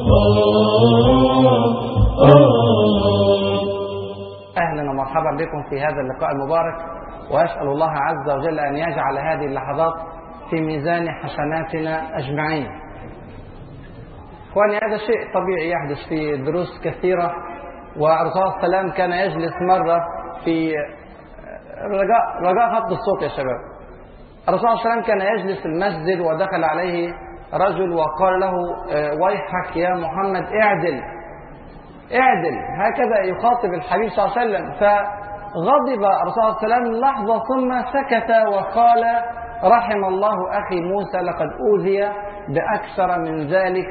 أهلا ومرحبا بكم في هذا اللقاء المبارك، وأسأل الله عز وجل أن يجعل هذه اللحظات في ميزان حسناتنا أجمعين. إخواني، هذا شيء طبيعي يحدث في دروس كثيرة، والرسول صلى الله عليه وسلم كان يجلس مرة في رجاء خفض الصوت يا شباب. الرسول صلى الله عليه وسلم كان يجلس في المسجد ودخل عليه رجل وقال له: ويحك يا محمد، اعدل هكذا يخاطب الحبيب صلى الله عليه وسلم. فغضب الرسول صلى الله عليه وسلم لحظة ثم سكت وقال: رحم الله أخي موسى، لقد أوذي بأكثر من ذلك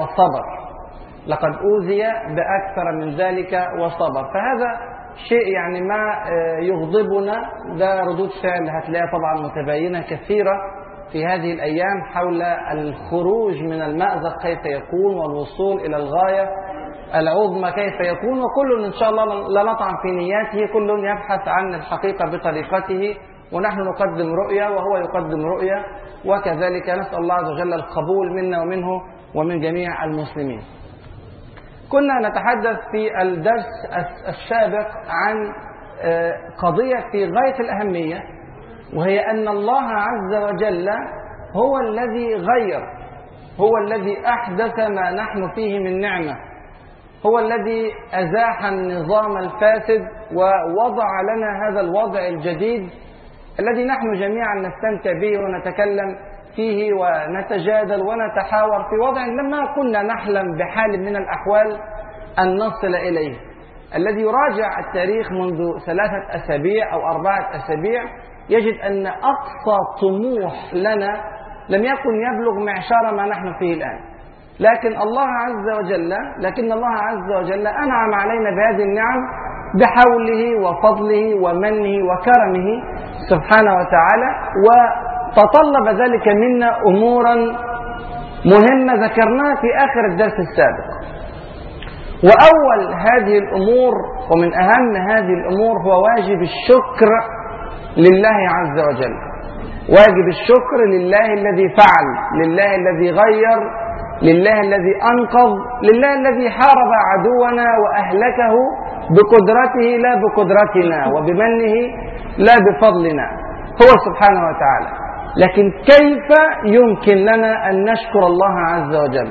وصبر. فهذا شيء يعني ما يغضبنا، ده ردود فعل هتلاقيها طبعا متباينة كثيرة في هذه الأيام حول الخروج من المأزق كيف يكون، والوصول إلى الغاية العظمى كيف يكون. وكل إن شاء الله لا نطعن في نياته، كل يبحث عن الحقيقة بطريقته، ونحن نقدم رؤية وهو يقدم رؤية، وكذلك نسأل الله عز وجل القبول منا ومنه ومن جميع المسلمين. كنا نتحدث في الدرس السابق عن قضية في غاية الأهمية، وهي أن الله عز وجل هو الذي غير، هو الذي أحدث ما نحن فيه من نعمة، هو الذي أزاح النظام الفاسد ووضع لنا هذا الوضع الجديد الذي نحن جميعا نستمتع به ونتكلم فيه ونتجادل ونتحاور في وضع لما كنا نحلم بحال من الأحوال أن نصل إليه، الذي يراجع التاريخ منذ 3 أسابيع أو 4 أسابيع يجد أن أقصى طموح لنا لم يكن يبلغ معشار ما نحن فيه الآن. لكن الله عز وجل أنعم علينا بهذه النعم بحوله وفضله ومنه وكرمه سبحانه وتعالى، وتطلب ذلك منا أمورا مهمة ذكرناها في آخر الدرس السابق. وأول هذه الأمور ومن أهم هذه الأمور هو واجب الشكر لله عز وجل. واجب الشكر لله الذي فعل، لله الذي غير، لله الذي أنقذ، لله الذي حارب عدونا وأهلكه بقدرته لا بقدرتنا، وبمنه لا بفضلنا، هو سبحانه وتعالى. لكن كيف يمكن لنا أن نشكر الله عز وجل؟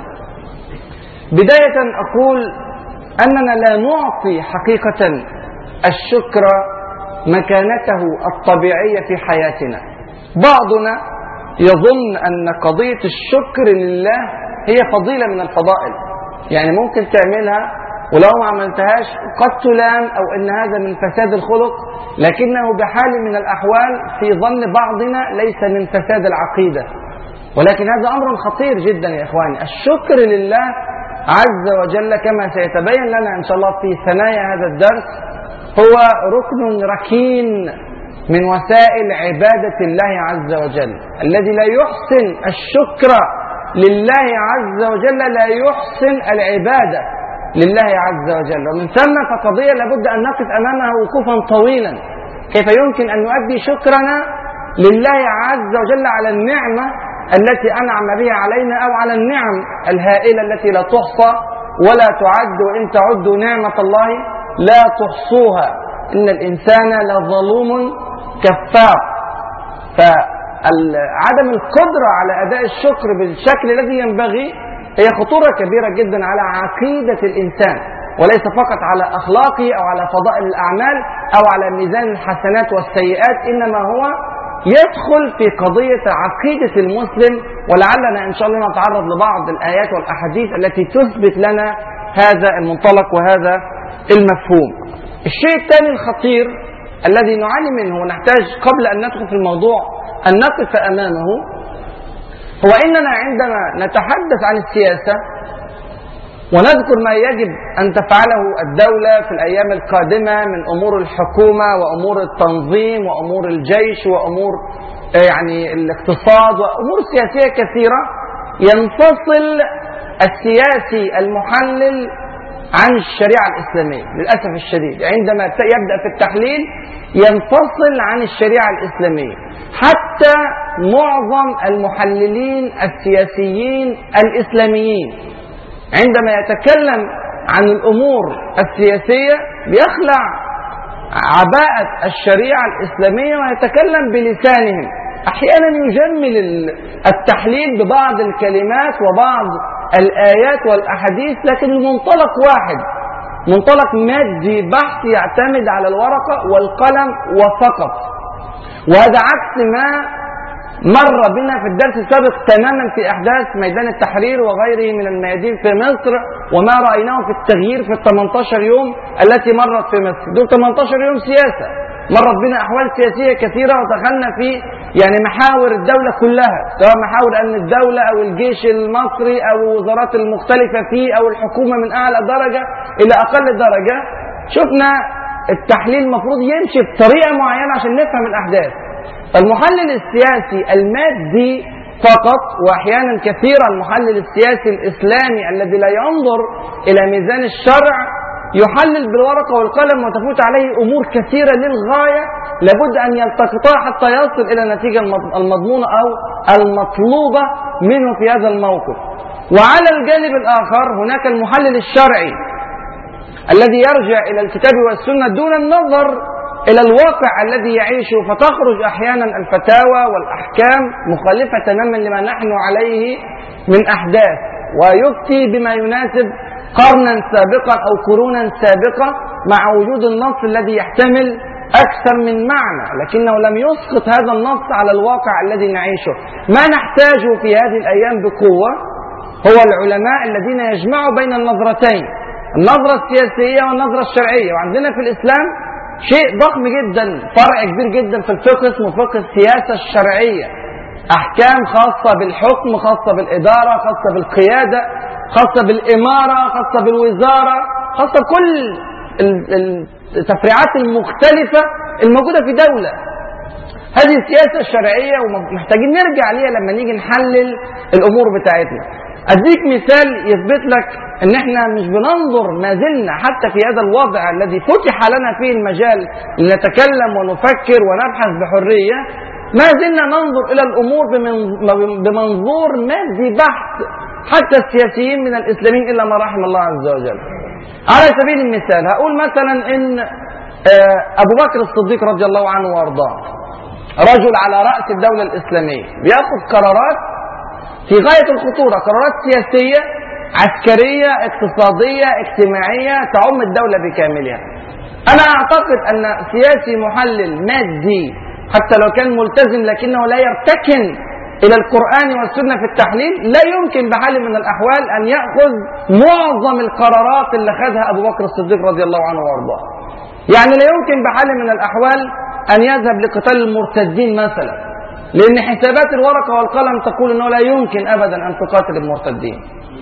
بداية أقول أننا لا نعطي حقيقة الشكر مكانته الطبيعية في حياتنا. بعضنا يظن أن قضية الشكر لله هي فضيلة من الفضائل، يعني ممكن تعملها ولو ما عملتهاش قد تلام أو أن هذا من فساد الخلق، لكنه بحال من الأحوال في ظن بعضنا ليس من فساد العقيدة. ولكن هذا أمر خطير جدا يا إخواني. الشكر لله عز وجل كما سيتبين لنا إن شاء الله في ثنايا هذا الدرس هو ركن ركين من وسائل عبادة الله عز وجل. الذي لا يحسن الشكر لله عز وجل لا يحسن العبادة لله عز وجل. ومن ثم فقضية لابد أن نقف أمامها وقوفا طويلا. كيف يمكن أن نؤدي شكرنا لله عز وجل على النعمة التي أنعم بها علينا، أو على النعم الهائلة التي لا تحصى ولا تعد، وإن تعدوا نعمة الله لا تحصوها، إن الإنسان لظلوم كفار. فعدم القدرة على أداء الشكر بالشكل الذي ينبغي هي خطورة كبيرة جدا على عقيدة الإنسان، وليس فقط على أخلاقه أو على فضائل الأعمال أو على ميزان الحسنات والسيئات، إنما هو يدخل في قضية عقيدة المسلم. ولعلنا إن شاء الله نتعرض لبعض الآيات والأحاديث التي تثبت لنا هذا المنطلق وهذا المفهوم. الشيء الثاني الخطير الذي نعاني منه ونحتاج قبل أن ندخل في الموضوع أن نقف أمامه هو إننا عندما نتحدث عن السياسة ونذكر ما يجب أن تفعله الدولة في الأيام القادمة من أمور الحكومة وأمور التنظيم وأمور الجيش وأمور يعني الاقتصاد وأمور سياسية كثيرة، ينفصل السياسي المحلل عن الشريعة الإسلامية للأسف الشديد. عندما يبدأ في التحليل ينفصل عن الشريعة الإسلامية. حتى معظم المحللين السياسيين الإسلاميين عندما يتكلم عن الأمور السياسية بيخلع عباءة الشريعة الإسلامية ويتكلم بلسانهم. أحيانا يجمل التحليل ببعض الكلمات وبعض الآيات والأحاديث، لكن المنطلق واحد، منطلق مادي بحت يعتمد على الورقة والقلم وفقط. وهذا عكس ما مر بنا في الدرس السابق تماما في أحداث ميدان التحرير وغيره من الميادين في مصر، وما رأيناه في التغيير في 18 يوم التي مرت في مصر. دول 18 يوم سياسة، مرت بنا أحوال سياسية كثيرة ودخلنا في يعني محاور الدولة كلها، سواء محاور أمن الدولة أو الجيش المصري أو الوزارات المختلفة فيه أو الحكومة من أعلى درجة إلى أقل درجة. شفنا التحليل المفروض يمشي بطريقة معينة عشان نفهم الأحداث. فالمحلل السياسي المادي فقط، وأحيانا كثيرا المحلل السياسي الإسلامي الذي لا ينظر إلى ميزان الشرع، يحلل بالورقة والقلم وتفوت عليه أمور كثيرة للغاية لابد أن يلتقطها حتى يصل إلى النتيجة المضمونة أو المطلوبة منه في هذا الموقف. وعلى الجانب الآخر هناك المحلل الشرعي الذي يرجع إلى الكتاب والسنة دون النظر إلى الواقع الذي يعيشه، فتخرج أحيانا الفتاوى والأحكام مخالفة تماما لما نحن عليه من أحداث، ويفتي بما يناسب قرنا سابقا أو قرونا سابقة مع وجود النص الذي يحتمل أكثر من معنى، لكنه لم يسقط هذا النص على الواقع الذي نعيشه. ما نحتاجه في هذه الأيام بقوة هو العلماء الذين يجمعوا بين النظرتين، النظرة السياسية والنظرة الشرعية. وعندنا في الإسلام شيء ضخم جدا، فرع كبير جدا في الفقه اسمه فقه السياسة الشرعية، أحكام خاصة بالحكم، خاصة بالإدارة، خاصة بالقيادة، خاصة بالإمارة، خاصة بالوزارة، خاصة بكل التفريعات المختلفة الموجودة في دولة. هذه السياسة الشرعية ومحتاجين نرجع ليها لما نيجي نحلل الأمور بتاعتنا. أديك مثال يثبت لك أن احنا مش بننظر، ما زلنا حتى في هذا الوضع الذي فتح لنا فيه المجال لنتكلم ونفكر ونبحث بحرية، ما زلنا ننظر إلى الأمور بمنظور مادي بحت، حتى السياسيين من الإسلاميين إلا ما رحم الله عز وجل. على سبيل المثال هقول مثلا إن أبو بكر الصديق رضي الله عنه وأرضاه رجل على رأس الدولة الإسلامية، بيأخذ قرارات في غاية الخطورة، قرارات سياسية عسكرية اقتصادية اجتماعية تعم الدولة بكاملها. أنا أعتقد أن سياسي محلل مادي حتى لو كان ملتزم لكنه لا يرتكن إلى القرآن والسنة في التحليل لا يمكن بحال من الأحوال أن يأخذ معظم القرارات اللي أخذها أبو بكر الصديق رضي الله عنه وأرضاه. يعني لا يمكن بحال من الأحوال أن يذهب لقتال المرتدين مثلا، لأن حسابات الورقة والقلم تقول أنه لا يمكن أبدا أن تقاتل المرتدين،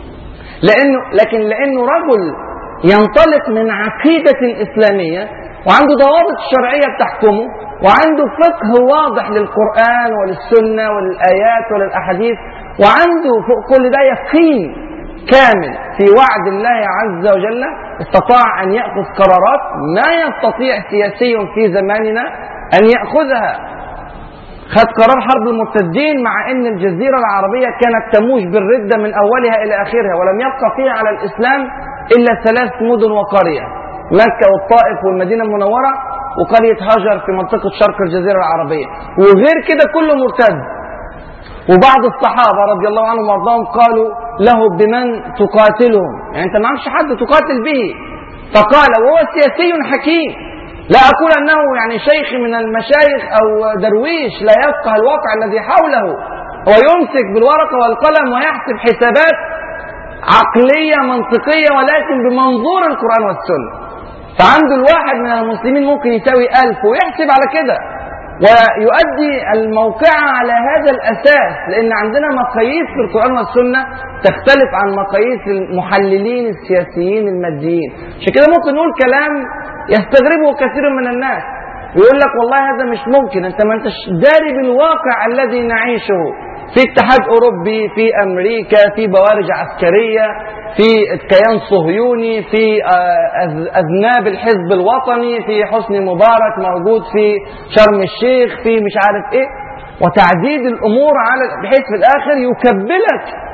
لأنه رجل ينطلق من عقيدة إسلامية وعنده ضوابط شرعية بتحكمه وعنده فقه واضح للقرآن وللسنة وللآيات وللأحاديث، وعنده فوق كل ده يقين كامل في وعد الله عز وجل، استطاع أن يأخذ قرارات ما يستطيع سياسي في زماننا أن يأخذها. خد قرار حرب المرتدين مع أن الجزيرة العربية كانت تموج بالردة من أولها إلى آخرها، ولم يبقى فيها على الإسلام إلا 3 مدن وقرية، مكة والطائف والمدينة المنورة وقرية هجر في منطقة شرق الجزيرة العربية، وغير كده كله مرتد. وبعض الصحابة رضي الله عنهم وارضاهم قالوا له بمن تقاتلهم، يعني أنت معكش حد تقاتل به، فقال وهو سياسي حكيم، لا أقول أنه يعني شيخ من المشايخ أو درويش لا يفقه الواقع الذي حوله، هو يمسك بالورقة والقلم ويحسب حسابات عقلية منطقية ولكن بمنظور القرآن والسنة. فعنده الواحد من المسلمين ممكن يساوي 1000 ويحسب على كده ويؤدي الموقعة على هذا الأساس، لأن عندنا مقاييس في القرآن والسنة تختلف عن مقاييس المحللين السياسيين الماديين. عشان كده ممكن نقول كلام يستغربه كثير من الناس، يقول لك والله هذا مش ممكن، انت ما انتش داري بالواقع الذي نعيشه في اتحاد أوروبي، في أمريكا، في بوارج عسكرية، في كيان صهيوني، في أذناب الحزب الوطني، في حسني مبارك موجود في شرم الشيخ، في مش عارف ايه، وتعديد الأمور على بحيث في الآخر يكبلك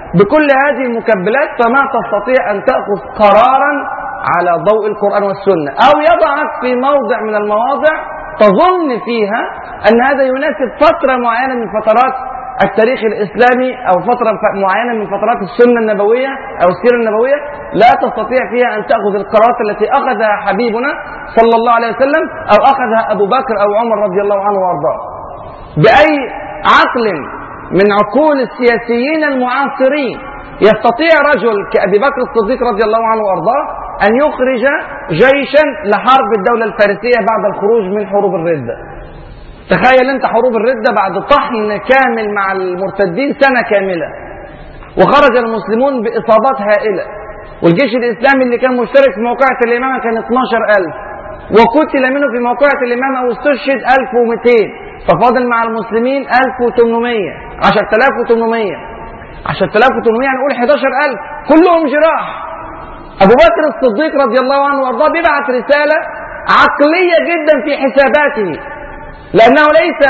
بكل هذه المكبلات فما تستطيع أن تأخذ قرارا على ضوء القرآن والسنة، أو يضعك في موضع من المواضع تظن فيها أن هذا يناسب فترة معينة من فترات التاريخ الإسلامي أو فترة معينة من فترات السنة النبوية أو السيرة النبوية، لا تستطيع فيها أن تأخذ القرارات التي أخذها حبيبنا صلى الله عليه وسلم أو أخذها أبو بكر أو عمر رضي الله عنه وأرضاه. بأي عقل من عقول السياسيين المعاصرين يستطيع رجل كأبي بكر الصديق رضي الله عنه وأرضاه أن يخرج جيشا لحرب الدولة الفارسية بعد الخروج من حروب الردة؟ تخيل أنت حروب الردة بعد طحن كامل مع المرتدين سنة كاملة، وخرج المسلمون بإصابات هائلة، والجيش الإسلامي اللي كان مشترك في موقعة الإمامة كان 12,000، وقتل منه في موقعة الإمامة أو استشهد 1200، ففاضل مع المسلمين 1800، 10,800 10,800 نقول 11,000 كلهم جراح. أبو بكر الصديق رضي الله عنه وأرضاه بيبعث رسالة عقلية جدا في حساباته، لأنه ليس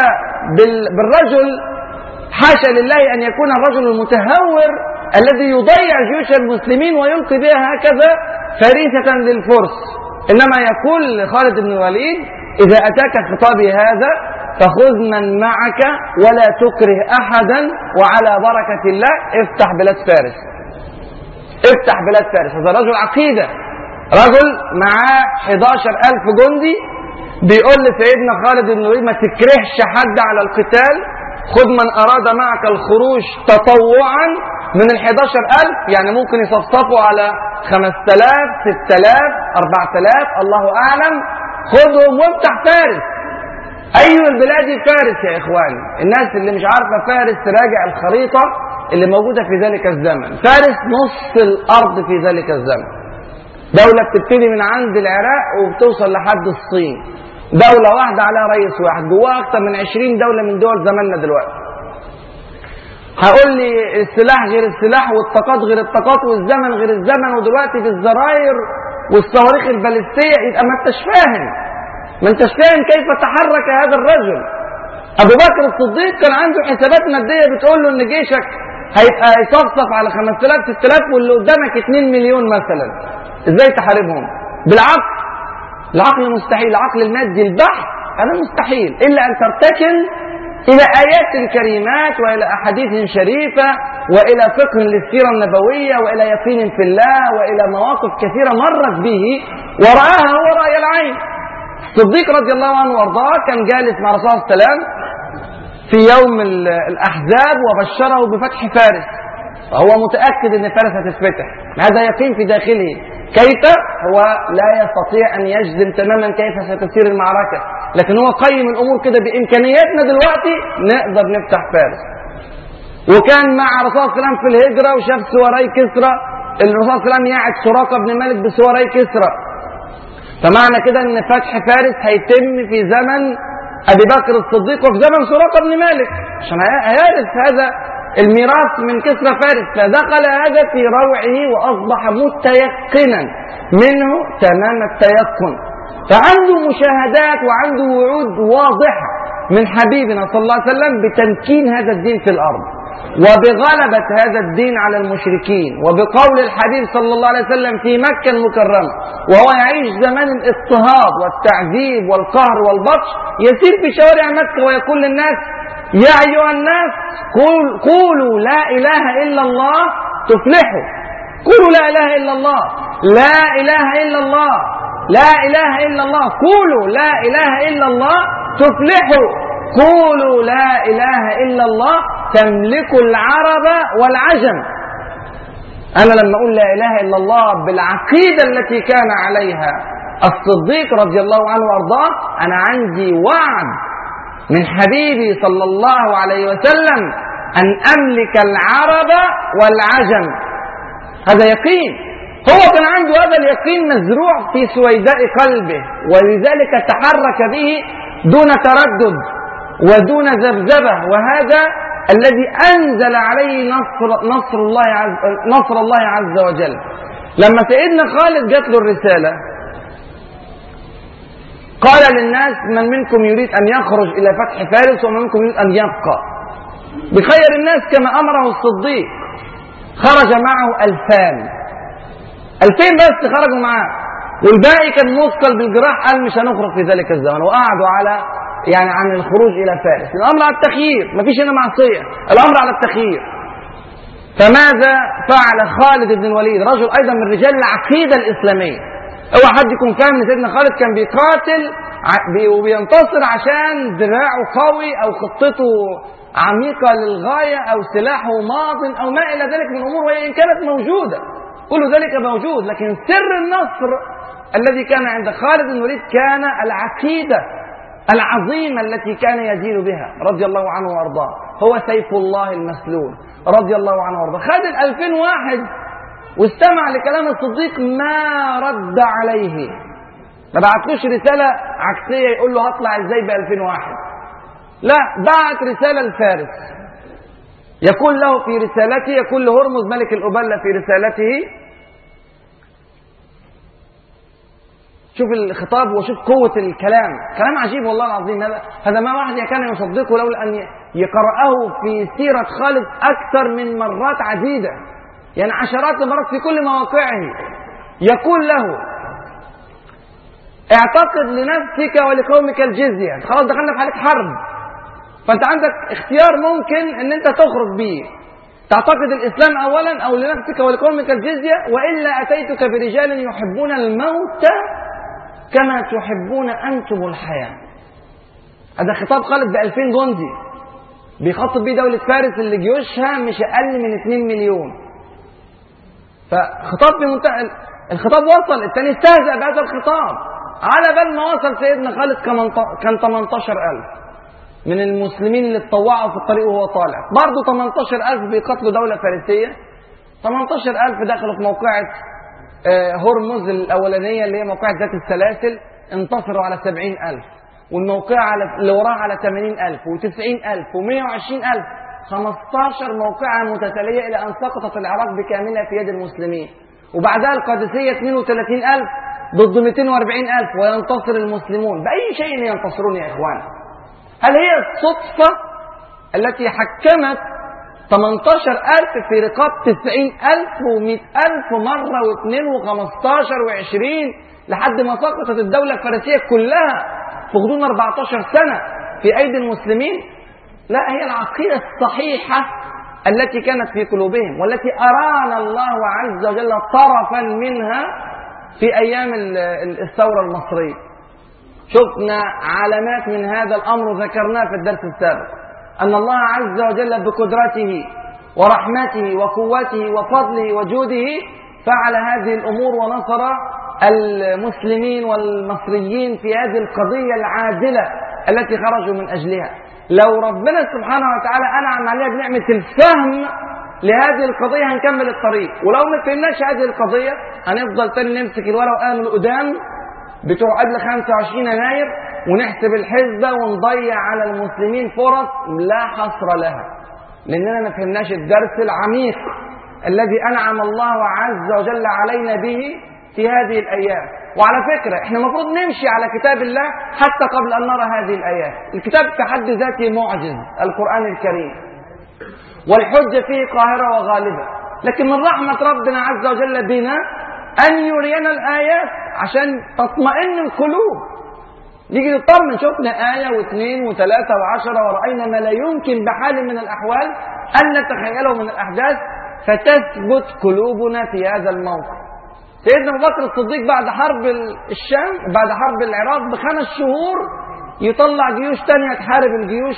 بالرجل حاشا لله أن يكون الرجل المتهور الذي يضيع جيوش المسلمين ويلقي بها هكذا فريسة للفرس، إنما يقول لخالد بن الوليد إذا أتاك خطابي هذا فخذ من معك ولا تكره أحدا وعلى بركة الله افتح بلاد فارس. افتح بلاد فارس. هذا رجل عقيدة، رجل معاه 11,000 جندي، بيقول لسيدنا خالد بن الوليد ما تكرهش حد على القتال، خذ من أراد معك الخروج تطوعا من 11,000، يعني ممكن يصفصفوا على 5,000 6,000 4,000 الله أعلم، خذهم وافتح فارس. أي البلاد فارس يا إخواني؟ الناس اللي مش عارفة فارس تراجع الخريطة اللي موجودة في ذلك الزمن. فارس نصف الأرض في ذلك الزمن، دولة بتبتدي من عند العراق وبتوصل لحد الصين، دولة واحدة على رئيس واحد، جواها أكثر من 20 دولة من دول زماننا دلوقتي. هقول لي السلاح غير السلاح والطاقات غير الطاقات والزمن غير الزمن، ودلوقتي بالزراير والصواريخ البالستية، يبقى ما انتش فاهم، ما انتش فاهم كيف تحرك هذا الرجل. أبو بكر الصديق كان عنده حسابات مادية بتقول له إن جيشك هيبقى يصفصف على 5,000 6,000 واللي قدامك 2 مليون مثلا، ازاي تحاربهم؟ بالعقل. العقل مستحيل، العقل المادي البحت هذا مستحيل، إلا أن ترتكن إلى آيات كريمات وإلى أحاديث شريفة وإلى فقه للسيرة النبوية وإلى يقين في الله وإلى مواقف كثيرة مرت به ورآها هو رأي العين. الصديق رضي الله عنه وارضاه كان جالس مع رسول الله صلى الله عليه وسلم في يوم الأحزاب وبشره بفتح فارس، وهو متأكد أن فارس هتتفتح، هذا يقين في داخله. كيف؟ هو لا يستطيع أن يجزم تماما كيف ستسير المعركة، لكن هو قيم الأمور كده بإمكانياتنا دلوقتي نقدر نفتح فارس. وكان مع رسول الله صلى الله عليه وسلم في الهجرة وشاف سواري كسرى، الرسول صلى الله عليه وسلم يعد سراقة بن مالك بسواري كسرى، فمعنى كده أن فتح فارس هيتم في زمن أبي بكر الصديق وفي زمن سراقة بن مالك، عشان هيرث هذا الميراث من كسرى فارس. فدخل هذا في روعه وأصبح متيقنا منه تمام التيقن، فعنده مشاهدات وعنده وعود واضحة من حبيبنا صلى الله عليه وسلم بتمكين هذا الدين في الأرض وبغلبة هذا الدين على المشركين، وبقول الحبيب صلى الله عليه وسلم في مكة المكرمة وهو يعيش زمان الاضطهاد والتعذيب والقهر والبطش، يسير في شوارع مكة ويقول للناس يا أيها الناس قولوا لا إله إلا الله تفلحوا، قولوا لا إله إلا الله، لا إله إلا الله، لا إله إلا الله، قولوا لا إله إلا الله تفلحوا، قولوا لا إله إلا الله تملك العرب والعجم. أنا لما أقول لا إله إلا الله بالعقيدة التي كان عليها الصديق رضي الله عنه وأرضاه، أنا عندي وعد من حبيبي صلى الله عليه وسلم أن أملك العرب والعجم. هذا يقين، هو كان عنده هذا اليقين مزروع في سويداء قلبه، ولذلك تحرك به دون تردد ودون ذبذبة، وهذا الذي أنزل عليه نصر الله عز وجل. لما سيدنا خالد جات له الرسالة قال للناس من منكم يريد أن يخرج إلى فتح فارس ومن منكم يريد أن يبقى، بخير الناس كما أمره الصديق. خرج معه 2000 بس خرجوا معاه، والباقي كان مثقل بالجراح، قال مش هنخرج في ذلك الزمن، وقعدوا على يعني عن الخروج إلى فارس. الأمر على التخيير، مفيش هنا معصية، الأمر على التخيير. فماذا فعل خالد بن الوليد، رجل أيضا من رجال العقيدة الإسلامية؟ اوعى حد يكون فاهم ان سيدنا خالد كان بيقاتل وبينتصر عشان دراعه قوي او خطته عميقة للغاية او سلاحه ماض او ما الى ذلك من امور، وان كانت موجودة كل ذلك موجود، لكن سر النصر الذي كان عند خالد بن الوليد كان العقيدة العظيمة التي كان يدين بها رضي الله عنه وارضاه. هو سيف الله المسلول رضي الله عنه وارضاه. خد 2000 واحد واستمع لكلام الصديق، ما رد عليه، ما بعتلوش رسالة عكسية يقول له هطلع ازاي ب2000 واحد، لا، بعت رسالة لفارس يقول له في رسالته، يقول لهرمز ملك الأبلة في رسالته، شوف الخطاب وشوف قوة الكلام، كلام عجيب والله العظيم. هذا ما واحد كان يصدقه لولا أن يقرأه في سيرة خالد أكثر من مرات عديدة، يعني عشرات المرات في كل مواقعه. يقول له اعتقد لنفسك ولقومك الجزية، خلاص دخلنا في حالة حرب، فأنت عندك اختيار ممكن أن أنت تخرج به، تعتقد الإسلام أولا أو لنفسك ولقومك الجزية، وإلا أتيتك برجال يحبون الموت كما تحبون أنتم الحياة. هذا خطاب خالد ب2000 جندي بيخاطب به دولة فارس اللي جيوشها مش أقل من 2 مليون. فخطاب بمنتهى الخطاب وصل، الثاني استهزأ بهذا الخطاب. على بال ما وصل سيدنا خالد كان 18,000 من المسلمين اللي اتطوعوا في الطريق وهو طالع، برضه 18,000 بيقاتلوا دولة فارسية، 18,000 دخلوا في موقعة هرمز الأولانية اللي هي موقعة ذات السلاسل، انتصروا على 70,000، والموقعة اللي وراها على 80,000 و90,000 و120,000، 15 موقعة متتالية إلى أن سقطت العراق بكاملها في يد المسلمين، وبعدها القادسية 32,000 ضد 240,000 وينتصر المسلمون. بأي شيء ينتصرون يا إخوان؟ هل هي الصدفة التي حكمت 18,000 في رقاب 90,000 و100,000 مرة و2 و15 و20 لحد ما سقطت الدولة الفارسية كلها في غضون 14 سنة في أيدي المسلمين؟ لا، هي العقيدة الصحيحة التي كانت في قلوبهم، والتي أرانا الله عز وجل طرفا منها في أيام الثورة المصرية. شفنا علامات من هذا الأمر ذكرناه في الدرس السابق، أن الله عز وجل بقدرته ورحمته وقوته وفضله وجوده فعل هذه الأمور ونصر المسلمين والمصريين في هذه القضية العادلة التي خرجوا من أجلها. لو ربنا سبحانه وتعالى أنعم علينا بنعمة الفهم لهذه القضية هنكمل الطريق، ولو ما فهمناش هذه القضية هنفضل تاني نمسك الورقة وقلم القدام بتوع قبل 25 يناير ونحسب الحسبة ونضيع على المسلمين فرص لا حصر لها، لأننا ما فهمناش الدرس العميق الذي أنعم الله عز وجل علينا به في هذه الأيام. وعلى فكرة احنا المفروض نمشي على كتاب الله حتى قبل أن نرى هذه الآيات. الكتاب في حد ذاته معجز، القرآن الكريم، والحجة فيه قاهرة وغالبة، لكن من رحمة ربنا عز وجل بنا أن يرينا الآيات عشان تطمئن القلوب، نيجي نطمن، شفنا آية واثنين وثلاثة وعشرة ورأينا ما لا يمكن بحال من الأحوال أن نتخيله من الأحداث، فتثبت قلوبنا في هذا الموقف. سيدنا أبو بكر الصديق بعد حرب الشام، بعد حرب العراق ب5 شهور يطلع جيوش تانية تحارب الجيوش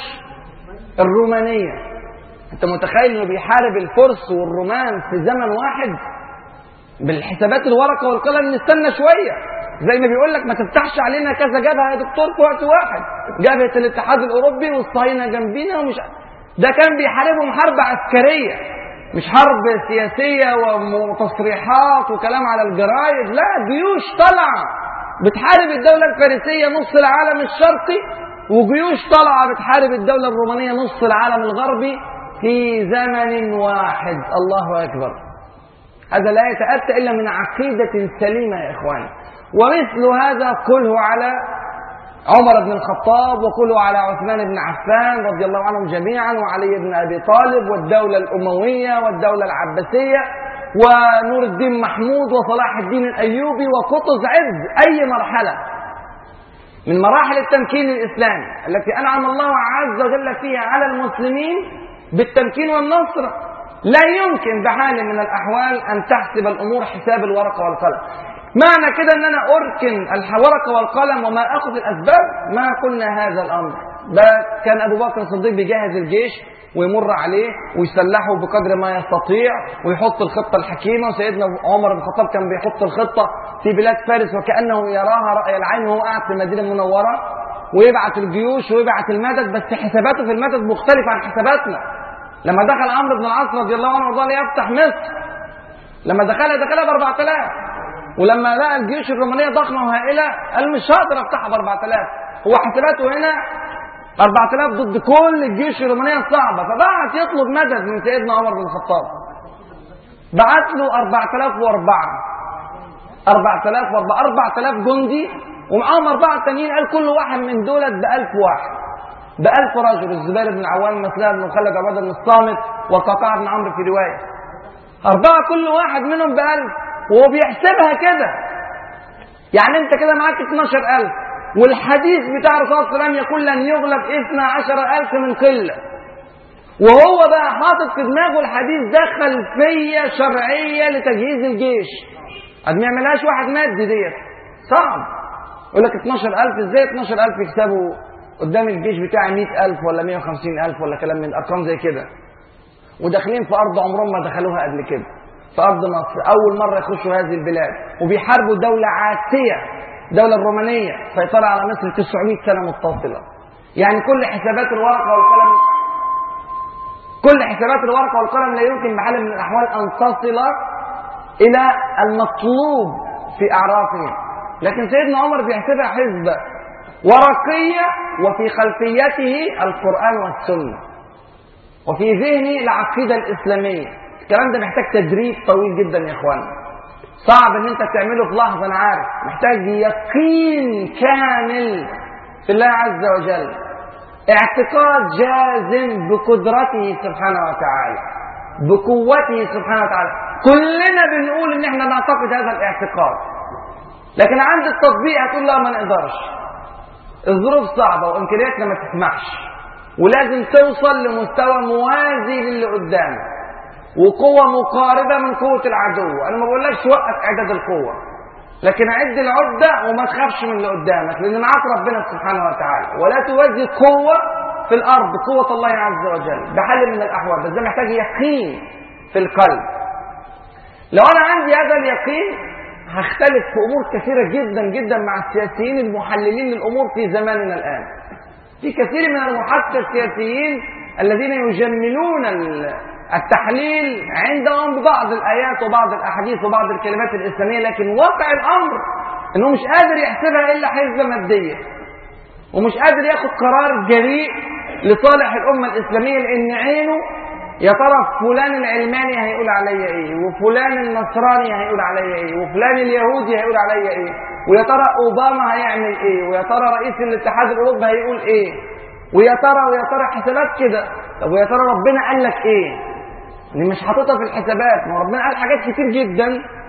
الرومانية. أنت متخيل إنه بيحارب الفرس والرومان في زمن واحد؟ بالحسابات الورقة والقلم نستنى شوية، زي ما بيقول لك ما تفتحش علينا كذا جبهة يا دكتور في وقت واحد، جبهة الاتحاد الأوروبي والصهاينة جنبينا، ومش ده كان بيحاربهم حرب عسكرية مش حرب سياسية وتصريحات وكلام على الجرايد، لا، جيوش طالعة بتحارب الدولة الفارسية نص العالم الشرقي، وجيوش طالعة بتحارب الدولة الرومانية نص العالم الغربي في زمن واحد. الله أكبر. هذا لا يتأتى إلا من عقيدة سليمة يا إخواني. ومثل هذا قله على عمر بن الخطاب، وكلوا على عثمان بن عفان رضي الله عنهم جميعا، وعلي بن أبي طالب، والدولة الأموية والدولة العباسية، ونور الدين محمود، وصلاح الدين الأيوبي، وقطز. عد أي مرحلة من مراحل التمكين الإسلامي التي أنعم الله عز وجل فيها على المسلمين بالتمكين والنصر، لا يمكن بحال من الأحوال أن تحسب الأمور حساب الورقة والقلم. معنى كده أن أنا أركن الورقة والقلم وما أخذ الأسباب، ما قلنا هذا الأمر. ده كان أبو بكر الصديق بيجهز الجيش ويمر عليه ويسلحه بقدر ما يستطيع ويحط الخطة الحكيمة، وسيدنا عمر بن الخطاب كان بيحط الخطة في بلاد فارس وكأنه يراها رأي العين وهو قاعد في المدينة المنورة، ويبعث الجيوش ويبعث المدد، بس حساباته في المدد مختلفة عن حساباتنا. لما دخل عمرو بن العاص رضي الله عنه وارضاه ليفتح مصر، لما دخلها ب4000، ولما لقى الجيوش الرومانية ضخمة وهائلة قال مش هقدر افتحها ب4000. هو حساباته هنا 4000 ضد كل الجيوش الرومانية الصعبة، فبعت يطلب مدد من سيدنا عمر بن الخطاب. بعت له 4004 جندي، ومعاهم 4 تانيين، قال كل واحد من دولت ب1000 واحد، ب1000 رجل. الزبير بن عوام، مسلم بن خالد، عبادة بن الصامت، والقعقاع بن عمرو في رواية. 4 كل واحد منهم ب1000، وهو بيحسبها كده. يعني انت كده معاك 12000، والحديث بتاع الرسول صلى الله عليه وسلم يقول لن يغلب 12000 من قلة. وهو بقى حاطط في دماغه الحديث ده خلفية شرعية لتجهيز الجيش، قد ما يعملهاش واحد مادي، ديت صعب. يقول لك 12000 ازاي 12000 يكسبوا قدام الجيش بتاعي 100,000 ولا 150,000 ولا كلام من ارقام زي كده، وداخلين في ارض عمرهم ما دخلوها قبل كده، في ارض مصر اول مره يخشوا هذه البلاد، وبيحاربوا دوله عاتيه، الدوله الرومانيه، سيطره على مصر 900 سنه متصله. يعني كل حسابات الورقه والقلم لا يمكن بحال من الاحوال ان تصل الى المطلوب في اعرافهم. لكن سيدنا عمر بيحسبها حسبه ورقيه، وفي خلفيته القران والسنه، وفي ذهنه العقيده الاسلاميه. الكلام ده محتاج تدريب طويل جدا يا اخوانا، صعب ان انت تعمله في لحظه، انا عارف، محتاج يقين كامل في الله عز وجل، اعتقاد جازم بقدرته سبحانه وتعالى، بقوته سبحانه وتعالى. كلنا بنقول ان احنا نعتقد هذا الاعتقاد، لكن عند التطبيق هتقول لا ما نقدرش، الظروف صعبه وامكانياتنا ما تسمحش، ولازم توصل لمستوى موازي للي قدامك وقوة مقاربة من قوة العدو. أنا ما بقولكش وقف إعداد القوة، لكن عد العدة وما تخافش من اللي قدامك، لأن معاك ربنا سبحانه وتعالى. ولا توازي قوة في الأرض قوة الله عز وجل بحال من الأحوال، بس ده محتاج يقين في القلب. لو أنا عندي هذا اليقين هختلف في أمور كثيرة جدا جدا مع السياسيين المحللين للأمور في زماننا الآن. في كثير من المحققين السياسيين الذين يجملون التحليل عندهم ببعض الآيات وبعض الأحاديث وبعض الكلمات الإسلامية، لكن واقع الأمر إنه مش قادر يحسبها إلا حسبة مادية، ومش قادر ياخد قرار جريء لصالح الأمة الإسلامية، لأن عينه يا ترى فلان العلماني هيقول عليا إيه، وفلان النصراني هيقول عليا إيه، وفلان اليهودي هيقول عليا إيه، ويا ترى أوباما هيعمل إيه، ويا ترى رئيس الاتحاد الأوروبي هيقول إيه، ويا ترى حسابات كده. طب ويا ترى ربنا قال لك إيه؟ اللي مش حاططها في الحسابات. ما ربنا قال حاجات كتير جدا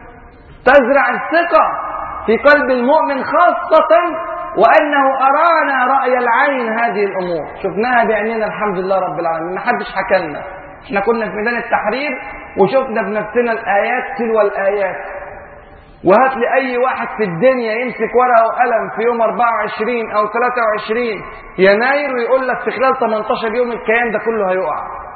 تزرع الثقة في قلب المؤمن، خاصة وأنه أرانا رأي العين هذه الأمور، شفناها بعيننا الحمد لله رب العالمين، ما حدش حكى لنا. احنا كنا في ميدان التحرير وشفنا بنفسنا الآيات تلو الآيات. وهات لي أي واحد في الدنيا يمسك ورقة وقلم في يوم 24 أو 23 يناير ويقول لك في خلال 18 يوم الكيان ده كله هيقع.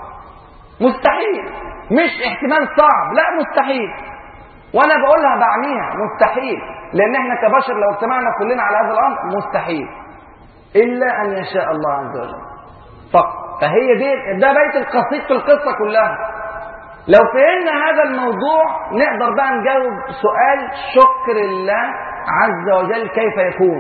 مستحيل، مش احتمال صعب، لا مستحيل. وانا بقولها بعميها مستحيل، لان احنا كبشر لو اجتمعنا كلنا على هذا الامر مستحيل الا ان يشاء الله عز وجل فقط. فهي ده بيت القصيد في القصه كلها. لو فهمنا هذا الموضوع نقدر بقى نجاوب سؤال شكر الله عز وجل كيف يكون.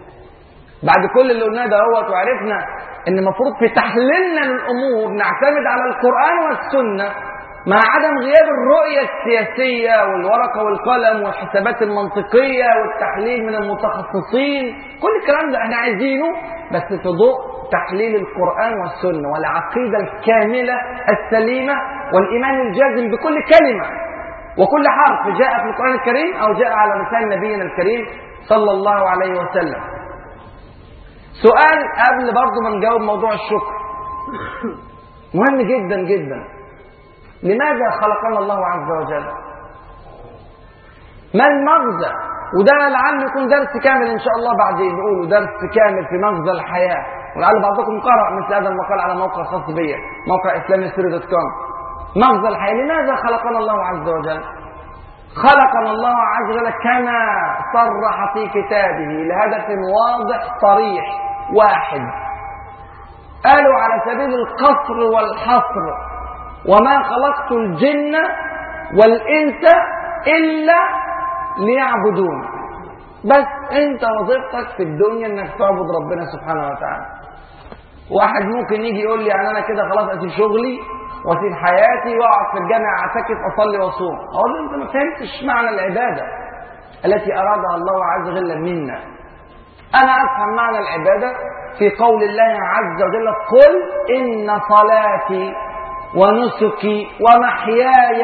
بعد كل اللي قلناه ده وعرفنا ان المفروض في تحليلنا للامور نعتمد على القرآن والسنة، مع عدم غياب الرؤية السياسية والورقة والقلم والحسابات المنطقية والتحليل من المتخصصين، كل الكلام ده احنا عايزينه بس في ضوء تحليل القرآن والسنة والعقيدة الكاملة السليمة والإيمان الجازم بكل كلمة وكل حرف جاء في القرآن الكريم أو جاء على لسان نبينا الكريم صلى الله عليه وسلم. سؤال قبل برضو ما نجاوب موضوع الشكر مهم جدا جدا. لماذا خلقنا الله عز وجل؟ ما المغزى؟ وده لعله يكون درس كامل ان شاء الله بعدين نقوله درس كامل في مغزى الحياه، ولعل بعضكم قرأ مثل هذا المقال على موقع خاص بي، موقع islamhistory.com. مغزى الحياه، لماذا خلقنا الله عز وجل؟ خلقنا الله عز وجل كما صرح في كتابه لهدف واضح صريح واحد، قالوا على سبيل القصر والحصر: وما خلقت الجن والإنس إلا ليعبدون. بس انت وظيفتك في الدنيا انك تعبد ربنا سبحانه وتعالى. واحد ممكن يجي يقول لي يعني انا كده خلاص اسيب شغلي واسيب حياتي واقعد في الجامع اعتكف اصلي واصوم. اقول له انت ما فهمتش معنى العباده التي ارادها الله عز وجل منا. انا افهم معنى العباده في قول الله عز وجل: قل ان صلاتي ونسكي ومحياي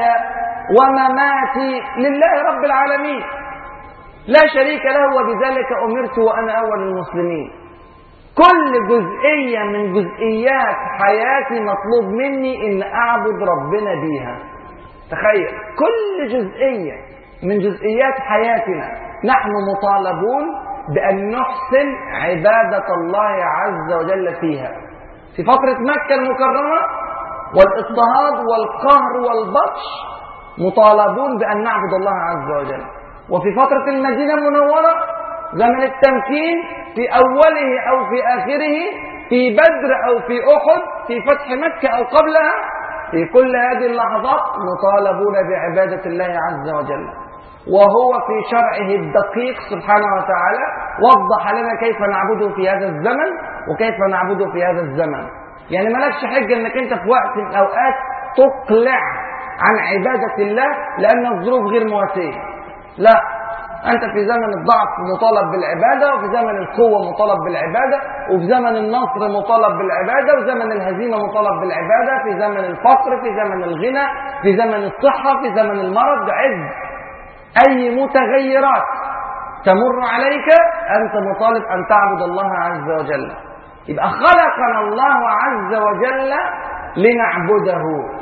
ومماتي لله رب العالمين لا شريك له وبذلك أمرت وأنا أول المسلمين. كل جزئية من جزئيات حياتي مطلوب مني إن أعبد ربنا بيها. تخيل، كل جزئية من جزئيات حياتنا نحن مطالبون بأن نحسن عبادة الله عز وجل فيها. في فترة مكة المكرمة والاضطهاد والقهر والبطش مطالبون بأن نعبد الله عز وجل. وفي فترة المدينة المنورة زمن التمكين في أوله أو في آخره، في بدر أو في أحد، في فتح مكة أو قبلها، في كل هذه اللحظات مطالبون بعبادة الله عز وجل. وهو في شرعه الدقيق سبحانه وتعالى وضح لنا كيف نعبده في هذا الزمن وكيف نعبده في هذا الزمن. يعني مالكش حجة انك انت في وقت من الاوقات تقلع عن عبادة الله لان الظروف غير مواسية. لا، انت في زمن الضعف مطالب بالعبادة، وفي زمن القوة مطالب بالعبادة، وفي زمن النصر مطالب بالعبادة، وفي زمن الهزيمة مطالب بالعبادة، في زمن الفقر، في زمن الغنى، في زمن الصحة، في زمن المرض. عد اي متغيرات تمر عليك انت مطالب ان تعبد الله عز وجل. يبقى خلقنا الله عز وجل لنعبده،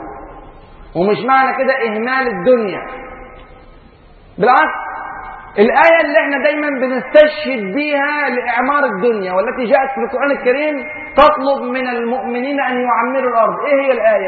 ومش معنى كده إهمال الدنيا. بالعكس، الآية اللي احنا دايما بنستشهد بيها لإعمار الدنيا والتي جاءت في القرآن الكريم تطلب من المؤمنين أن يعمروا الأرض. إيه هي الآية؟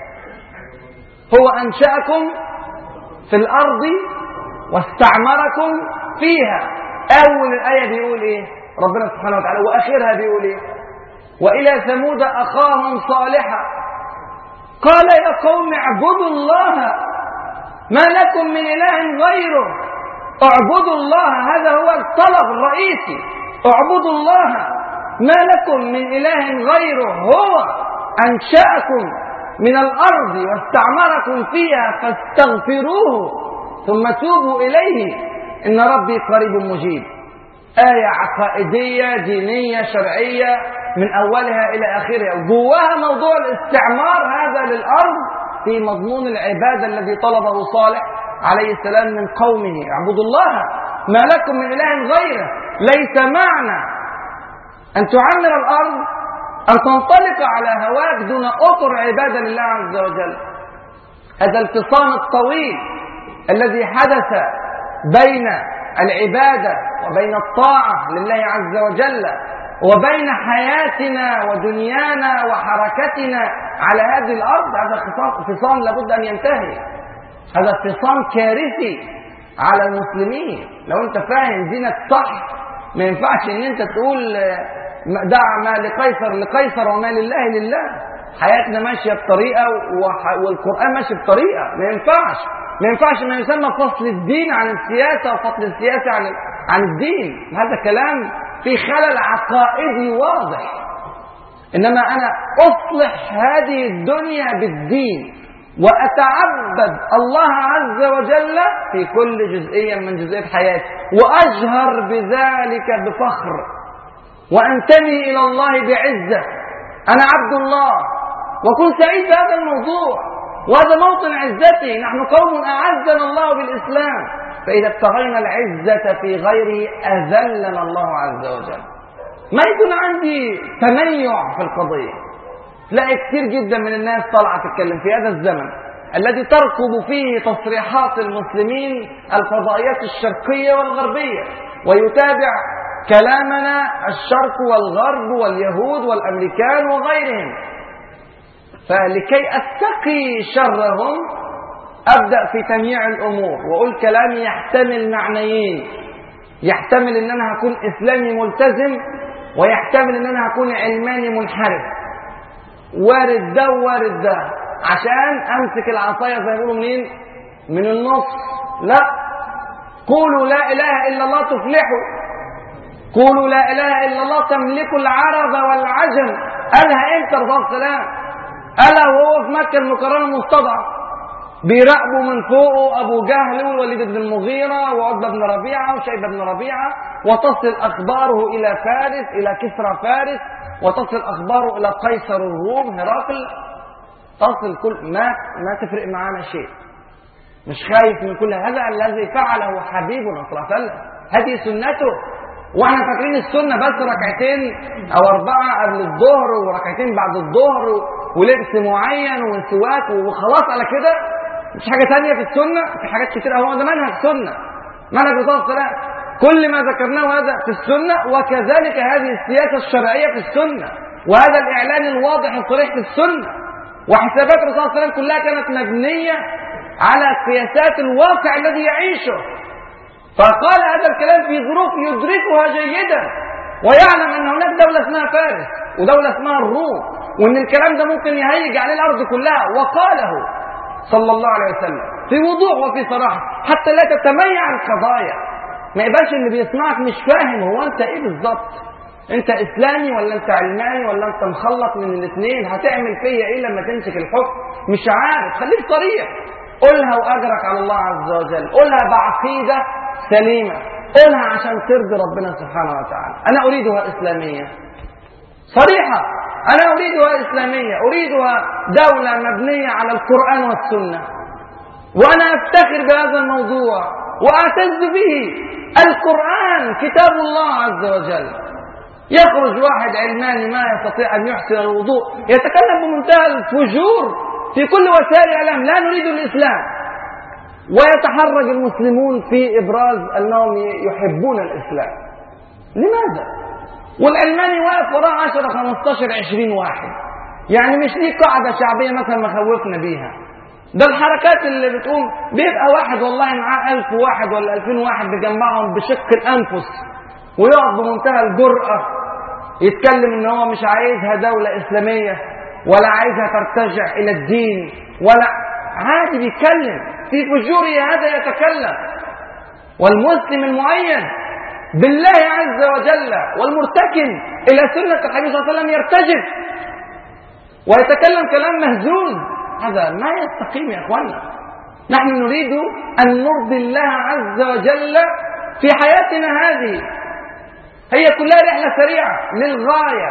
هو أنشأكم في الأرض واستعمركم فيها. أول الآية بيقول إيه؟ ربنا سبحانه وتعالى، وآخرها بيقول إيه؟ وإلى ثمود أخاهم صالحا قال يا قوم اعبدوا الله ما لكم من إله غيره. اعبدوا الله، هذا هو الطلب الرئيسي. اعبدوا الله ما لكم من إله غيره، هو أنشأكم من الأرض واستعمركم فيها فاستغفروه ثم توبوا إليه إن ربي قريب مجيب. آية عقائدية دينية شرعية من أولها إلى آخرها، وجواها موضوع الاستعمار هذا للأرض في مضمون العبادة الذي طلبه صالح عليه السلام من قومه: اعبدوا الله ما لكم من إله غيره. ليس معنى أن تعمر الأرض أن تنطلق على هواك دون أطر عبادة لله عز وجل. هذا الفصام الطويل الذي حدث بين العبادة وبين الطاعة لله عز وجل وبين حياتنا ودنيانا وحركتنا على هذه الأرض، هذا فصام لابد أن ينتهي. هذا فصام كارثي على المسلمين. لو أنت فاهم دينك صح ما ينفعش أن أنت تقول دع ما لقيصر لقيصر وما لله لله. حياتنا ماشية بطريقة والقرآن ماشي بطريقة. ما ينفعش ما يسمى فصل الدين عن السياسة وفصل السياسة عن الدين. هذا كلام في خلل عقائدي واضح. إنما أنا أصلح هذه الدنيا بالدين، وأتعبد الله عز وجل في كل جزئية من جزئيات حياتي، وأجهر بذلك بفخر، وأنتمي إلى الله بعزة، أنا عبد الله، وكن سعيد بهذا الموضوع، وهذا موطن عزتي. نحن قوم أعزنا الله بالإسلام، فإذا ابتغينا العزة في غيره أذلنا الله عز وجل. ما يكون عندي تميع في القضية. تلاقي كثير جدا من الناس طالعة تتكلم في هذا الزمن الذي تركض فيه تصريحات المسلمين الفضائيات الشرقية والغربية، ويتابع كلامنا الشرق والغرب واليهود والأمريكان وغيرهم. فلكي أتقي شرهم أبدأ في تمييع الأمور وأقول كلامي يحتمل معنيين، يحتمل أن أنا هكون إسلامي ملتزم، ويحتمل أن أنا هكون علماني منحرف، وارد ده وارد ده، عشان أمسك العصاية زي ما يقولوا منين؟ من النص. لا، قولوا لا إله إلا الله تفلحوا، قولوا لا إله إلا الله تملكوا العرب والعجم. قالها إمتى الرسول صلى الله عليه وسلم؟ قالها وهو في مكة المكرمة مستضعف، بيراقبوا من فوقه أبو جهل والوليد بن المغيرة وعتبة بن ربيعة وشيبة بن ربيعة، وتصل أخباره إلى فارس، إلى كسرى فارس، وتصل أخباره إلى قيصر الروم هرقل، تصل كل ما تفرق معنا شيء. مش خايف من كل هذا. الذي فعله حبيبنا صلى الله عليه وسلم، هذه سنته. واحنا فاكرين السنة بس ركعتين أو 4 قبل الظهر وركعتين بعد الظهر ولبس معين وسواك وخلاص على كده. مش حاجة تانية في السنة، في حاجات كتير. هو ده منهج سنة، منهج الرسول صلى الله عليه وسلم. كل ما ذكرناه هذا في السنة، وكذلك هذه السياسة الشرعية في السنة، وهذا الإعلان الواضح الصريح في السنة. وحسابات الرسول صلى الله عليه وسلم كلها كانت مبنية على قياسات الواقع الذي يعيشه. فقال هذا الكلام في ظروف يدركها جيدا، ويعلم أن هناك دولة اسمها فارس ودولة اسمها الروم، وأن الكلام ده ممكن يهيج عليه الأرض كلها. وقاله صلى الله عليه وسلم في وضوح وفي صراحة، حتى لا تتميع القضايا. ما يبقاش اللي بيسمعك مش فاهم هو أنت إيه بالظبط، أنت إسلامي ولا أنت علماني ولا أنت مخلط من الاثنين، هتعمل فيا إيه لما تمسك الحكم؟ مش عارف. خليك صريح، قولها وأجرك على الله عز وجل، قولها بعقيدة سليمة، قولها عشان ترضي ربنا سبحانه وتعالى. أنا أريدها إسلامية صريحة، أنا أريدها إسلامية، أريدها دولة مبنية على القرآن والسنة، وأنا أفتخر بهذا الموضوع وأعتز به. القرآن كتاب الله عز وجل. يخرج واحد علماني ما يستطيع أن يحسن الوضوء يتكلم بمنتهى الفجور في كل وسائل الإعلام، لا نريد الإسلام، ويتحرج المسلمون في إبراز أنهم يحبون الإسلام. لماذا؟ والعلماني واقف وراء 10 15 20 واحد، يعني مش ليه قاعدة شعبية مثلا مخوفنا بيها. ده الحركات اللي بتقوم بيبقى واحد والله معاه 1000 واحد ولا 2000 واحد بيجمعهم بشق الأنفس، ويقف بمنتهى الجرأة يتكلم إن هو مش عايزها دولة إسلامية ولا عايزها ترتجع إلى الدين، ولا عادي بيتكلم في فجوره هذا يتكلم. والمسلم المعين بالله عز وجل والمرتكن إلى سنة الحبيب صلى الله عليه وسلم يرتجف ويتكلم كلام مهزوز، هذا ما يستقيم يا أخوانا. نحن نريد أن نرضي الله عز وجل في حياتنا هذه، هي كلها رحلة سريعة للغاية،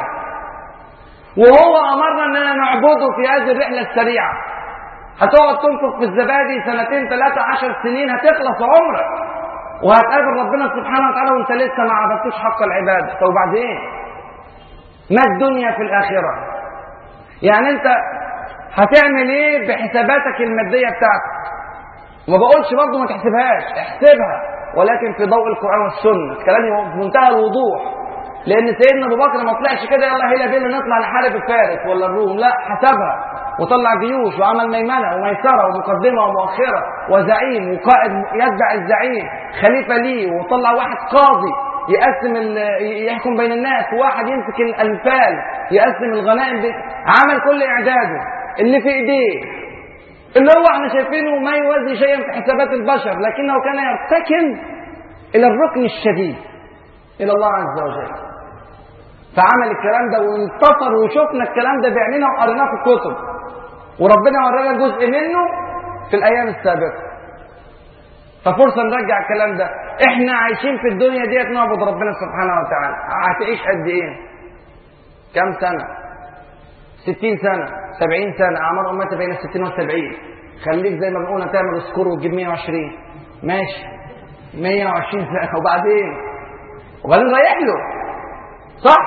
وهو أمرنا أننا نعبده في هذه الرحلة السريعة. هتقعد تنفق في الزبادي 2 3 10 سنين هتخلص عمرك، وهتقابل ربنا سبحانه وتعالى وانت لسه ما عبدتوش حق العبادة. طب وبعدين ما الدنيا في الآخرة؟ يعني انت هتعمل ايه بحساباتك المادية بتاعتك؟ وما بقولش برضه ما تحسبهاش، احسبها، ولكن في ضوء القرآن والسنة. كلامي في منتهى الوضوح، لأن سيدنا أبو بكر ما طلعش كده يلا هيلا بينا نطلع نحارب الفارس ولا الروم، لا، حسبها وطلع جيوش وعمل ميمنة وميسرة ومقدمة ومؤخرة وزعيم وقائد يتبع الزعيم خليفة ليه، وطلع واحد قاضي يقسم يحكم بين الناس، وواحد يمسك الأنفال يقسم الغنائم عمل كل إعداده اللي في إيديه، اللي هو احنا شايفينه ما يوازي شيئا في حسابات البشر، لكنه كان يرتكن إلى الركن الشديد إلى الله عز وجل. فعمل الكلام ده وانتصر، وشفنا الكلام ده بعيننا وقريناه في الكتب. وربنا ورانا جزء منه في الأيام السابقة. ففرصة نرجع الكلام ده. احنا عايشين في الدنيا ديت نعبد ربنا سبحانه وتعالى. هتعيش قد ايه؟ كم سنة؟ 60 سنة، 70 سنة، أعمار أمتي بين 60 و70. خليك زي ما بنقولنا تعمل سكور وتجيب 120 ماشي، 120 سنة وبعدين رايح له صح.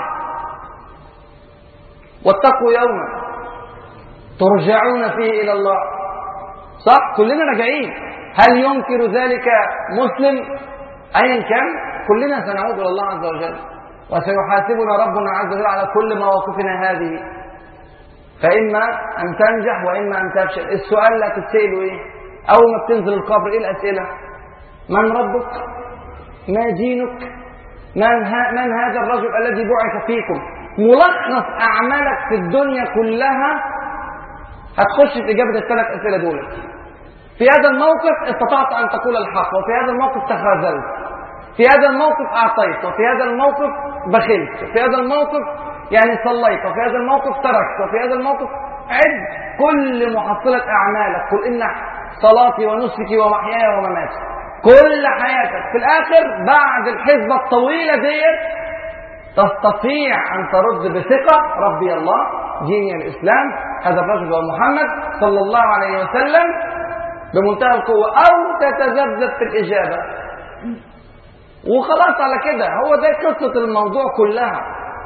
واتقوا يوما ترجعون فيه إلى الله صح. كلنا راجعين. هل ينكر ذلك مسلم؟ أيا كان كلنا سنعود إلى الله عز وجل، وسيحاسبنا ربنا عز وجل على كل مواقفنا هذه، فإما أن تنجح وإما أن تفشل. السؤال لا تتسأله إيه؟ أول ما بتنزل القبر إيه الأسئلة؟ من ربك؟ ما دينك؟ من هذا الرجل الذي بعث فيكم؟ ملخص أعمالك في الدنيا كلها هتخش في إجابة الثلاث أسئلة دول. في هذا الموقف استطعت أن تقول الحق، وفي هذا الموقف تخاذلت، في هذا الموقف أعطيت، وفي هذا الموقف بخلت، في هذا الموقف صليت، وفي هذا الموقف تركت، وفي هذا الموقف عد كل محصلة أعمالك. قل إن صلاتي ونسكي ومحياي ومماتي، كل حياتك في الآخر بعد الحسبة الطويلة ديت تستطيع أن ترد بثقة ربي الله، ديني الإسلام، هذا الرجل هو محمد صلى الله عليه وسلم، بمنتهى القوة، أو تتذبذب في الإجابة وخلاص على كده. هو ده قصة الموضوع كلها.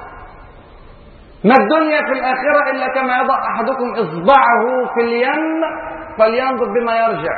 ما الدنيا في الآخرة إلا كما يضع أحدكم إصبعه في اليم فلينظر بما يرجع.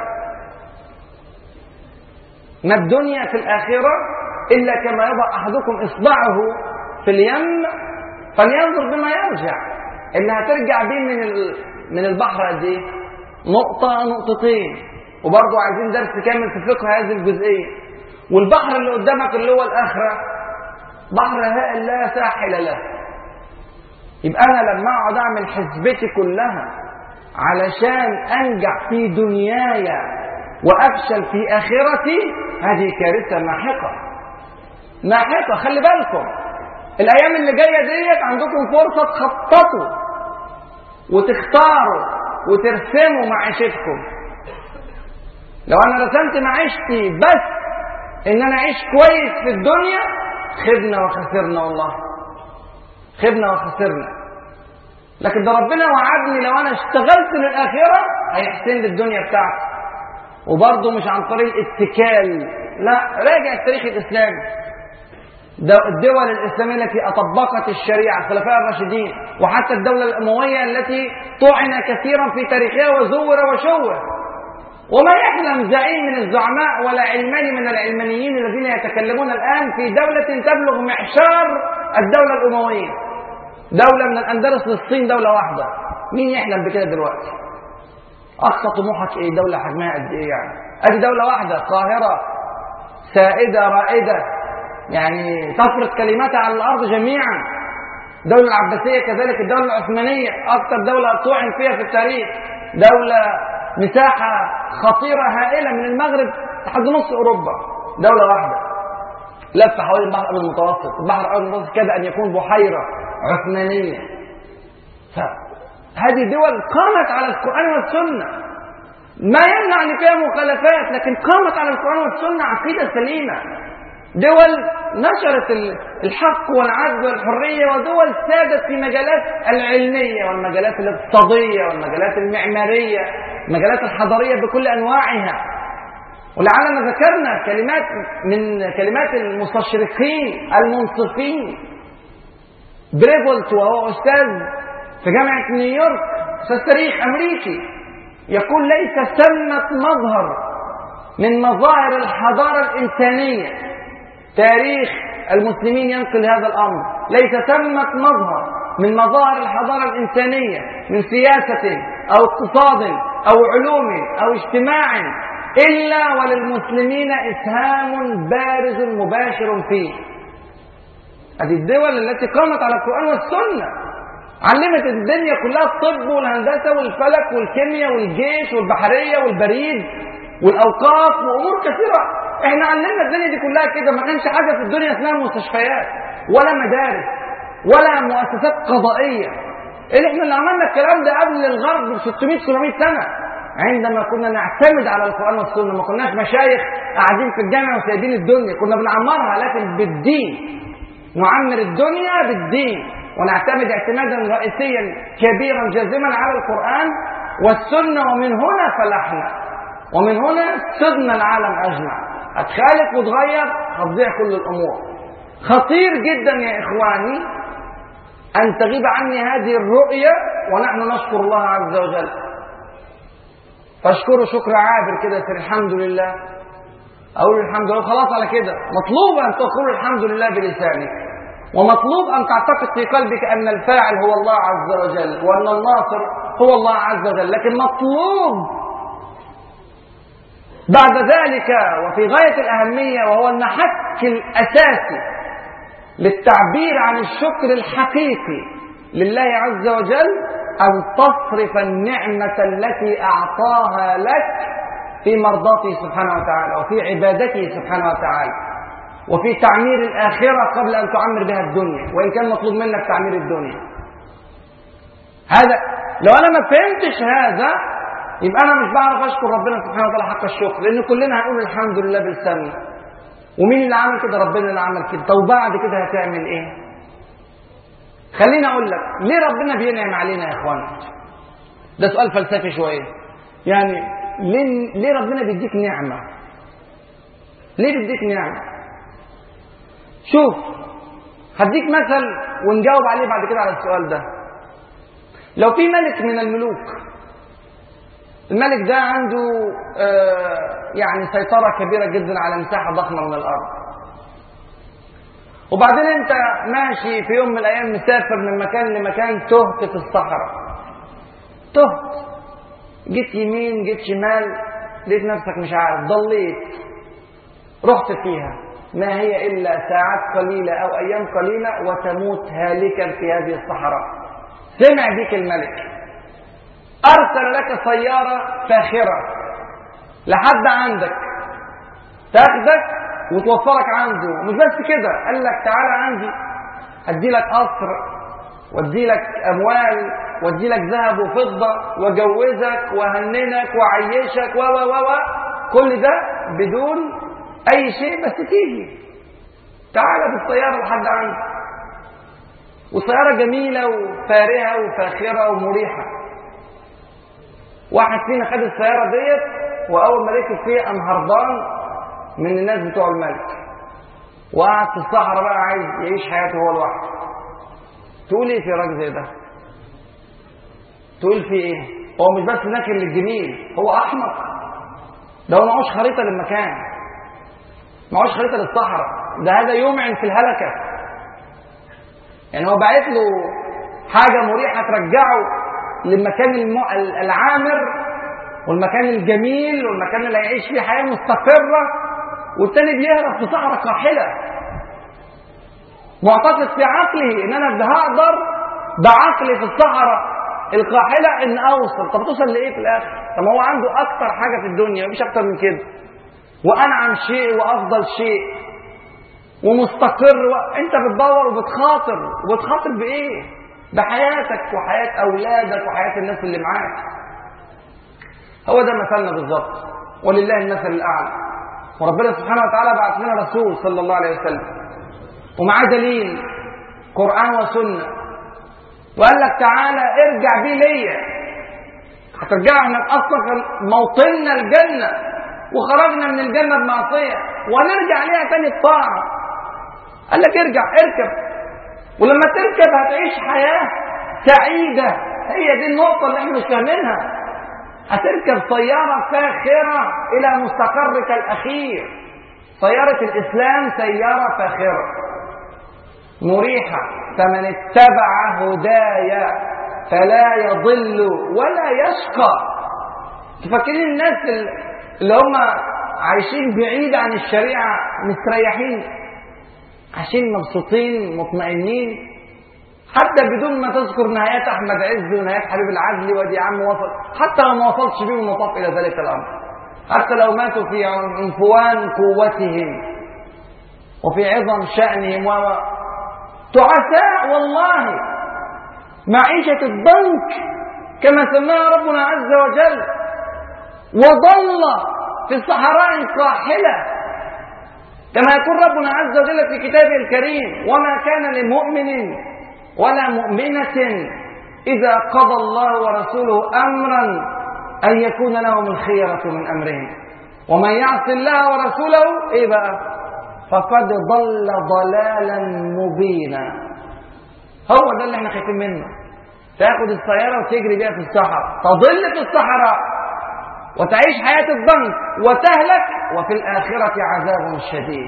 ما الدنيا في الآخرة إلا كما يضع أحدكم إصبعه في اليم فلينظر بما يرجع. اللي هترجع بيه من البحر قد إيه؟ نقطة نقطتين. وبرضه عايزين درس كامل في فقه هذه الجزئية. والبحر اللي قدامك اللي هو الآخرة بحر هائل لا ساحل له. يبقى أنا لما أقعد أعمل حسبتي كلها علشان أنجح في دنياي وأفشل في آخرتي، هذه كارثة ماحقة. خلي بالكم الأيام اللي جاية ديت عندكم فرصة تخططوا وتختاروا وترسموا معيشتكم. لو أنا رسمت معيشتي بس إن أنا أعيش كويس في الدنيا، خبنا وخسرنا، والله خبنا وخسرنا. لكن ده ربنا وعدني لو أنا اشتغلت للآخرة هيحسن لي الدنيا بتاعتي، وبرضه مش عن طريق الاتكال، لا، راجع التاريخ الإسلامي. الدول الإسلامية التي أطبقت الشريعة، الخلفاء الراشدين، وحتى الدولة الأموية التي طعن كثيرا في تاريخها وزور وشوه. وما يحلم زعيم من الزعماء ولا علماني من العلمانيين الذين يتكلمون الآن في دولة تبلغ معشار الدولة الأموية، دولة من الأندلس للصين، دولة واحدة. مين يحلم بكده دلوقتي؟ أقصى طموحك إيه؟ دولة حجمها قد إيه يعني؟ أدي دولة واحدة، قاهرة سائدة رائدة، تفرض كلماتها على الأرض جميعا. الدولة العباسية كذلك، الدولة العثمانية أكثر دولة طعن فيها في التاريخ، دولة مساحة خطيرة هائلة من المغرب لحد نص أوروبا، دولة واحدة لفة حوالين البحر المتوسط. البحر الأبيض المتوسط كاد أن يكون بحيرة عثمانية. فهذه دول قامت على القرآن والسنة، ما يمنع أن فيها مخالفات، لكن قامت على القرآن والسنة عقيدة سليمة. دول نشرت الحق والعدل والحرية، ودول سادت في مجالات العلمية والمجالات الاقتصادية والمجالات المعمارية، المجالات الحضارية بكل أنواعها. ولعلنا ذكرنا كلمات من كلمات المستشرقين المنصفين. بريفولت وهو أستاذ في جامعة نيويورك، أستاذ تاريخ أمريكي، يقول ليس ثمة مظهر من مظاهر الحضارة الإنسانية. تاريخ المسلمين ينقل هذا الأمر. ليس ثمة مظهر من مظاهر الحضارة الإنسانية من سياسة أو اقتصاد أو علوم أو اجتماع إلا وللمسلمين إسهام بارز مباشر فيه. هذه الدول التي قامت على القرآن والسنة، علمت الدنيا كلها الطب والهندسة والفلك والكيمياء والجيش والبحرية والبريد والأوقاف وأمور كثيرة. احنا علمنا الدنيا دي كلها كده. ما كانش حاجة في الدنيا اسمها مستشفيات ولا مدارس ولا مؤسسات قضائية. احنا اللي عملنا الكلام ده قبل الغرب ب 600 700 سنه، عندما كنا نعتمد على القرآن والسنة. ما كناش مشايخ قاعدين في الجامع وسايبين الدنيا، كنا بنعمرها لكن بالدين، نعمر الدنيا بالدين ونعتمد اعتمادا رئيسيا كبيرا جازما على القرآن والسنة. ومن هنا فلحنا، ومن هنا سدنا العالم أجمع. هتخالف وتغير هتضيع كل الأمور. خطير جدا يا إخواني أن تغيب عني هذه الرؤية ونحن نشكر الله عز وجل. فاشكره شكر عابر كده، يصير الحمد لله، أقول الحمد لله خلاص على كده. مطلوب أن تقول الحمد لله بلسانك، ومطلوب أن تعتقد في قلبك أن الفاعل هو الله عز وجل وأن الناصر هو الله عز وجل. لكن مطلوب بعد ذلك وفي غاية الأهمية، وهو المحك الأساسي للتعبير عن الشكر الحقيقي لله عز وجل، أن تصرف النعمة التي أعطاها لك في مرضاته سبحانه وتعالى، وفي عبادته سبحانه وتعالى، وفي تعمير الآخرة قبل أن تعمر بها الدنيا، وإن كان مطلوب منك تعمير الدنيا. هذا لو أنا ما فهمتش هذا يبقى أنا مش بعرف أشكر ربنا سبحانه وتعالى حق الشكر، لأن كلنا هنقول الحمد لله بلساننا. ومين اللي عمل كده؟ ربنا اللي عمل كده. طب بعد كده هتعمل إيه؟ خليني أقول لك ليه ربنا بينعم علينا يا إخوانا. ده سؤال فلسفي شوية. يعني ليه ربنا بيديك نعمة؟ ليه بيديك نعمة؟ شوف، هديك مثل ونجاوب عليه بعد كده على السؤال ده. لو في ملك من الملوك، الملك ده عنده يعني سيطرة كبيرة جدا على مساحة ضخمة من الأرض، وبعدين انت ماشي في يوم من الأيام مسافر من مكان لمكان، تهت في الصحراء، تهت، جيت يمين جيت شمال، لقيت نفسك مش عارف، ضليت، رحت فيها، ما هي إلا ساعات قليلة أو أيام قليلة وتموت هالكا في هذه الصحراء. سمع بيك الملك، أرسل لك سيارة فاخرة لحد عندك تاخدك وتوفرك عنده. مش بس كده، قال لك تعالى عندي أدي لك قصر وأدي لك أموال وأدي لك ذهب وفضة وأجوزك وأهننك وأعيشك كل ده بدون أي شيء، بس تيجي تعالى بالسيارة لحد عندي. وسيارة جميلة وفارهة وفاخرة ومريحة. واحد فينا خد السيارة ديت وأول ما ركب فيها قام هربان من الناس بتوع الملك، وقعد في الصحراء بقى عايز يعيش حياته هو لوحده. تقول ايه في راجل زي ده؟ تقول في ايه؟ هو مش بس ناكل للجميل، هو احمق. ده هو معهوش خريطه للمكان، معهوش خريطه للصحراء، ده هذا يمعن في الهلكه. يعني هو باعت له حاجه مريحه ترجعه للمكان العامر والمكان الجميل والمكان اللي هيعيش فيه حياه مستقره، والتاني بيهرب في صحراء قاحله معتقد في عقله ان انا هقدر بعقلي في الصحراء القاحله ان اوصل. طب توصل لايه في الاخر؟ طب هو عنده اكتر حاجه في الدنيا، مفيش اكتر من كده، وانعم شيء وافضل شيء ومستقر انت بتدور وبتخاطر بايه؟ بحياتك وحياه اولادك وحياه الناس اللي معاك. هو ده مثلنا بالظبط، ولله المثل الاعلى. وربنا سبحانه وتعالى بعث لنا رسول صلى الله عليه وسلم ومعاه دليل قرآن وسنة، وقال لك تعالى ارجع بيه ليا. هترجع من اصلا موطننا الجنة وخرجنا من الجنة بمعصية ونرجع ليها تاني بطاعة. قال لك ارجع اركب، ولما تركب هتعيش حياة سعيدة. هي دي النقطة اللي احنا مش فاهمينها. هتركب سيارة فاخرة إلى مستقرك الأخير. سيارة الإسلام سيارة فاخرة مريحة، فمن اتبع هدايا فلا يضل ولا يشقى. تفكرين الناس اللي هم عايشين بعيد عن الشريعة مستريحين، عايشين مبسوطين مطمئنين، حتى بدون ما تذكر نهايات أحمد عز ونهايات حبيب العدلي ودي عم وصل، حتى لو ما وصلش بيهم المطاف إلى ذلك الأمر، حتى لو ماتوا في عنفوان قوتهم وفي عظم شأنهم تعساء والله. معيشة الضنك كما سماها ربنا عز وجل، وضل في الصحراء قاحلة كما يقول ربنا عز وجل في كتابه الكريم: وما كان لمؤمن ولا مؤمنة إذا قضى الله ورسوله أمرا أن يكون لهم الخيرة من أمرهم ومن يعص الله ورسوله إيه بقى؟ فقد ضل ضلالا مبينا. هو ده اللي احنا خايفين منه، تاخد السيارة وتجري بيها في الصحراء، تضل في الصحراء وتعيش حياة الضنك وتهلك، وفي الآخرة عذاب شديد.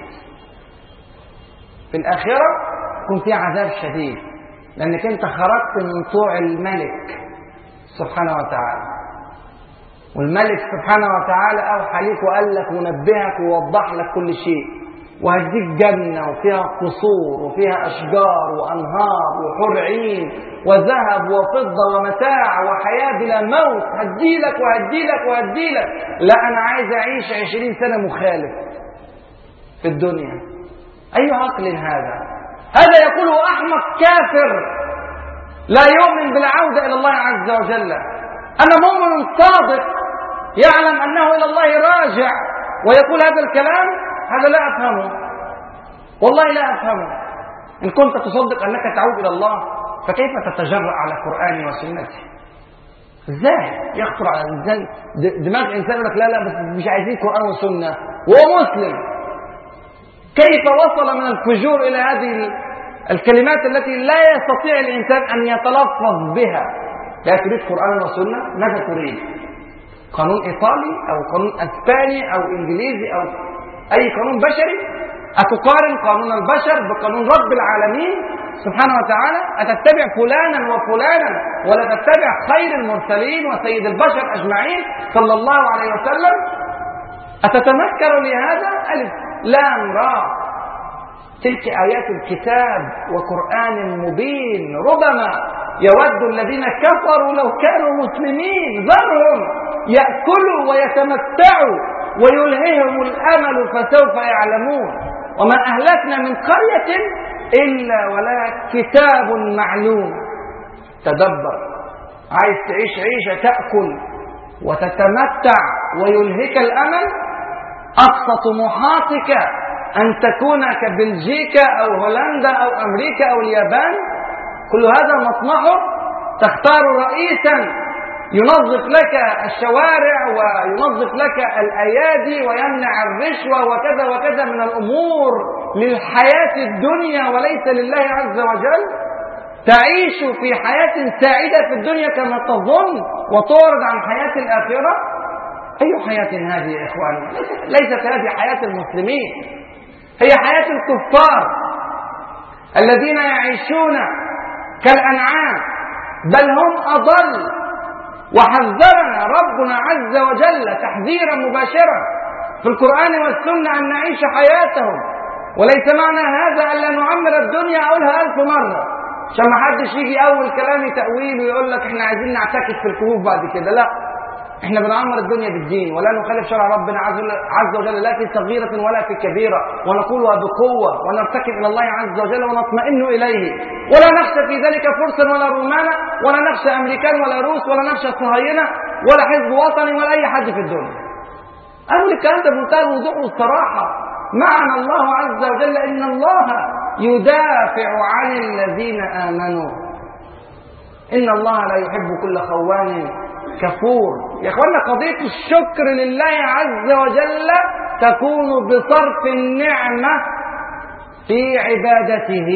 في الآخرة يكون في عذاب شديد لأنك أنت خرجت من طوع الملك سبحانه وتعالى، والملك سبحانه وتعالى أوحى ليك وقال لك ونبهك ووضح لك كل شيء، وهديك جنة وفيها قصور وفيها أشجار وأنهار وحور عين وذهب وفضة ومتاع وحياة بلا موت، هديلك وهديلك وهديلك. لا أنا عايز أعيش 20 سنة مخالف في الدنيا. أي عقل هذا؟ هذا يقوله أحمق كافر لا يؤمن بالعودة إلى الله عز وجل. أنا مؤمن صادق يعلم أنه إلى الله راجع ويقول هذا الكلام، هذا لا أفهمه، والله لا أفهمه. إن كنت تصدق أنك تعود إلى الله فكيف تتجرأ على قرآني وسنتي؟ إزاي يخطر على الإنسان دماغ إنسان يقول لك لا بس مش عايزين قرآن وسنة وهو مسلم؟ كيف وصل من الفجور إلى هذه الكلمات التي لا يستطيع الإنسان أن يتلفظ بها؟ لا تريد قرآن وسنة؟ ماذا تريد؟ قانون إيطالي أو قانون أسباني أو إنجليزي أو أي قانون بشري؟ أتقارن قانون البشر بقانون رب العالمين سبحانه وتعالى؟ أتتبع فلانا وفلانا ولا تتبع خير المرسلين وسيد البشر أجمعين صلى الله عليه وسلم؟ أتتمكن لهذا؟ ألف لام را، تلك آيات الكتاب وقرآن مبين. ربما يود الذين كفروا لو كانوا مسلمين، ذرهم يأكلوا ويتمتعوا ويلههم الأمل فسوف يعلمون. وما أهلكنا من قرية إلا ولها كتاب معلوم. تدبر، عايز تعيش عيشة تأكل وتتمتع ويلهك الأمل؟ أقصى طموحاتك أن تكون كبلجيكا أو هولندا أو أمريكا أو اليابان؟ كل هذا مطمحه؟ تختار رئيسا ينظف لك الشوارع وينظف لك الأيادي ويمنع الرشوة وكذا وكذا من الأمور للحياة الدنيا وليس لله عز وجل؟ تعيش في حياة سعيدة في الدنيا كما تظن وتعرض عن حياة الآخرة؟ أي حياة هذه يا إخواني؟ ليست هذه حياة المسلمين، هي حياة الكفار الذين يعيشون كالأنعام بل هم أضل. وحذرنا ربنا عز وجل تحذيرا مباشرا في القرآن والسنة أن نعيش حياتهم، وليس معنى هذا أن لا نعمر الدنيا أقولها 1000 مرة عشان ما حدش يجي أول كلامي تأويل ويقول لك إحنا عايزين نعتكف في الكهوف بعد كده. لا، إحنا بنعمر الدنيا بالدين ولا نخالف شرع ربنا عز وجل لا في صغيرة ولا في كبيرة، ونقولها بقوة ونرتكب إلى الله عز وجل ونطمئن إليه، ولا نخشى في ذلك فرسا ولا رومانا ولا نخشى أمريكان ولا روس ولا نخشى صهاينة ولا حزب وطني ولا أي حد في الدنيا. أقول الكلام ده بمنتهى الوضوح والصراحة. معنا الله عز وجل، إن الله يدافع عن الذين آمنوا، إن الله لا يحب كل خوان كفور. يا اخوانا قضية الشكر لله عز وجل تكون بصرف النعمة في عبادته.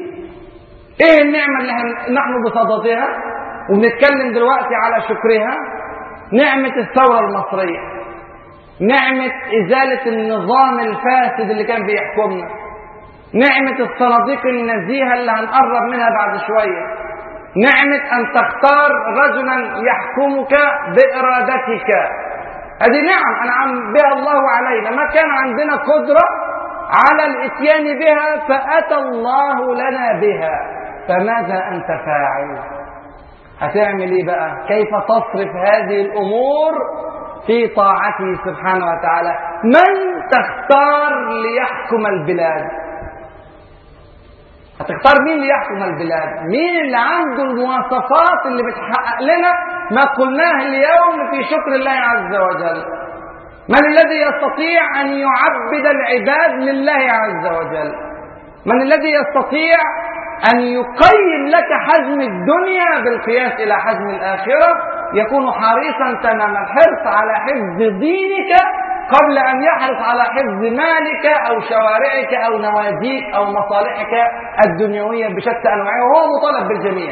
ايه النعمة اللي نحن بصددها وبنتكلم دلوقتي على شكرها؟ نعمة الثورة المصرية، نعمة إزالة النظام الفاسد اللي كان بيحكمنا، نعمة الصناديق النزيهة اللي هنقرب منها بعد شوية، نعمة أن تختار رجلا يحكمك بإرادتك. هذه نعم أنعم بها الله علينا، ما كان عندنا قدرة على الإتيان بها فأتى الله لنا بها، فماذا أنت فاعل؟ هتعمل إيه بقى؟ كيف تصرف هذه الأمور في طاعته سبحانه وتعالى؟ من تختار ليحكم البلاد؟ هتختار مين اللي يحكم البلاد؟ مين اللي عنده المواصفات اللي بتحقق لنا ما قلناه اليوم في شكر الله عز وجل؟ من الذي يستطيع أن يعبد العباد لله عز وجل؟ من الذي يستطيع أن يقيم لك حجم الدنيا بالقياس إلى حجم الآخرة؟ يكون حريصا تمام الحرص على حفظ دينك قبل أن يحرص على حفظ مالك أو شوارعك أو نواديك أو مصالحك الدنيوية بشتى أنواعها، وهو مطالب بالجميع.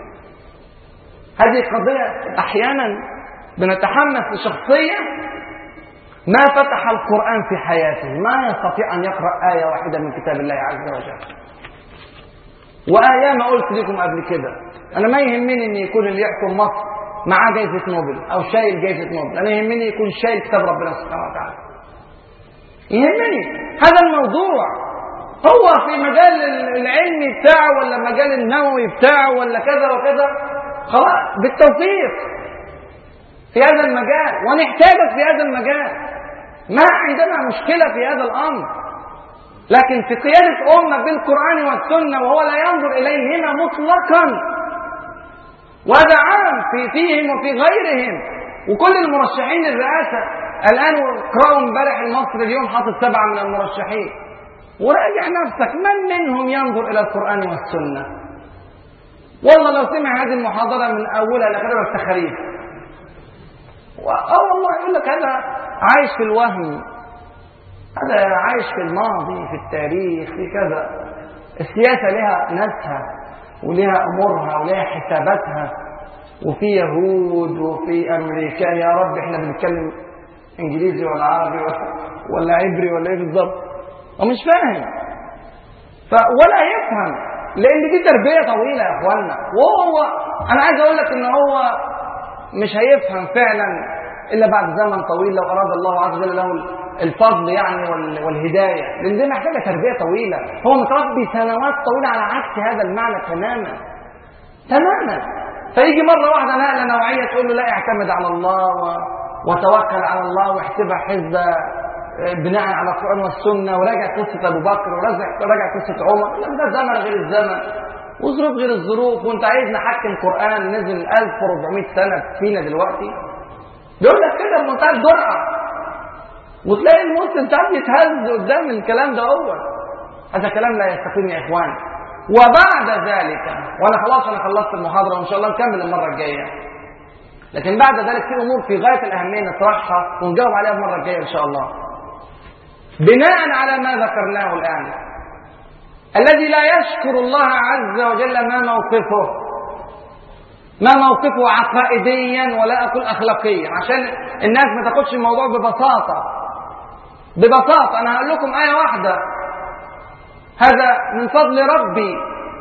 هذه قضية أحيانا بنتحمس لشخصية ما فتح القرآن في حياته، ما يستطيع أن يقرأ آية واحدة من كتاب الله عز وجل. وآية ما قلت لكم قبل كده، أنا ما يهمني أن يكون اللي يحكم مصر معاه جائزة نوبل أو شايل جائزة نوبل، أنا يهمني يكون شايل كتاب ربنا سبحانه وتعالى. يهمني هذا الموضوع. هو في مجال العلمي بتاعه ولا مجال النووي بتاعه ولا كذا وكذا، خلاص بالتوفيق في هذا المجال، ونحتاجك في هذا المجال، ما عندنا مشكلة في هذا الأمر. لكن في قيادة أمة بالقرآن والسنة وهو لا ينظر إليهما مطلقا، وهذا عام فيهم وفي غيرهم. وكل المرشحين للرئاسة الآن، اقرأوا امبارح المصري اليوم حاطط 7 من المرشحين، وراجع نفسك من منهم ينظر إلى القرآن والسنة. والله لو سمع هذه المحاضرة من أولها لآخرها بالتخاريف، والله يقول لك هذا عايش في الوهم، هذا عايش في الماضي، في التاريخ، في كذا. السياسة لها ناسها ولها أمورها ولها حساباتها، وفي يهود وفي أمريكان. يا رب احنا بنتكلم إنجليزي ولا عربي ولا عبري ولا إيه بالضبط؟ ومش فاهم ولا يفهم، لأن دي تربية طويلة يا إخوانا. وهو أنا عايز أقول لك إن هو مش هيفهم فعلا إلا بعد زمن طويل، لو أراد الله عز وجل له الفضل يعني والهداية، لأن دي محتاجة تربية طويلة. هو متربي سنوات طويلة على عكس هذا المعنى تماما تماما. فيجي مرة واحدة نقلة نوعية تقول له لا اعتمد على الله وتوكل على الله واحسبها حسبة بناء على القرآن والسنة، وراجع قصة أبو بكر وراجع قصة عمر. لا، ده زمن غير الزمن وظروف غير الظروف، وانت عايز نحكم قرآن نزل 1400 سنة فينا دلوقتي. بيقول لك كده بمنتهى الجرأة، وتلاقي المسلم ساعات يتهز قدام الكلام ده. هذا كلام لا يستقيم يا اخوان. وبعد ذلك، وانا خلاص انا خلصت المحاضره وان شاء الله نكمل المره الجايه، لكن بعد ذلك في امور في غايه الاهميه نطرحها ونجاوب عليها المره الجايه ان شاء الله. بناء على ما ذكرناه الان، الذي لا يشكر الله عز وجل ما موقفه عقائديا ولا اقول اخلاقيا، عشان الناس ما تاخدش الموضوع ببساطه. انا هقول لكم ايه واحده، هذا من فضل ربي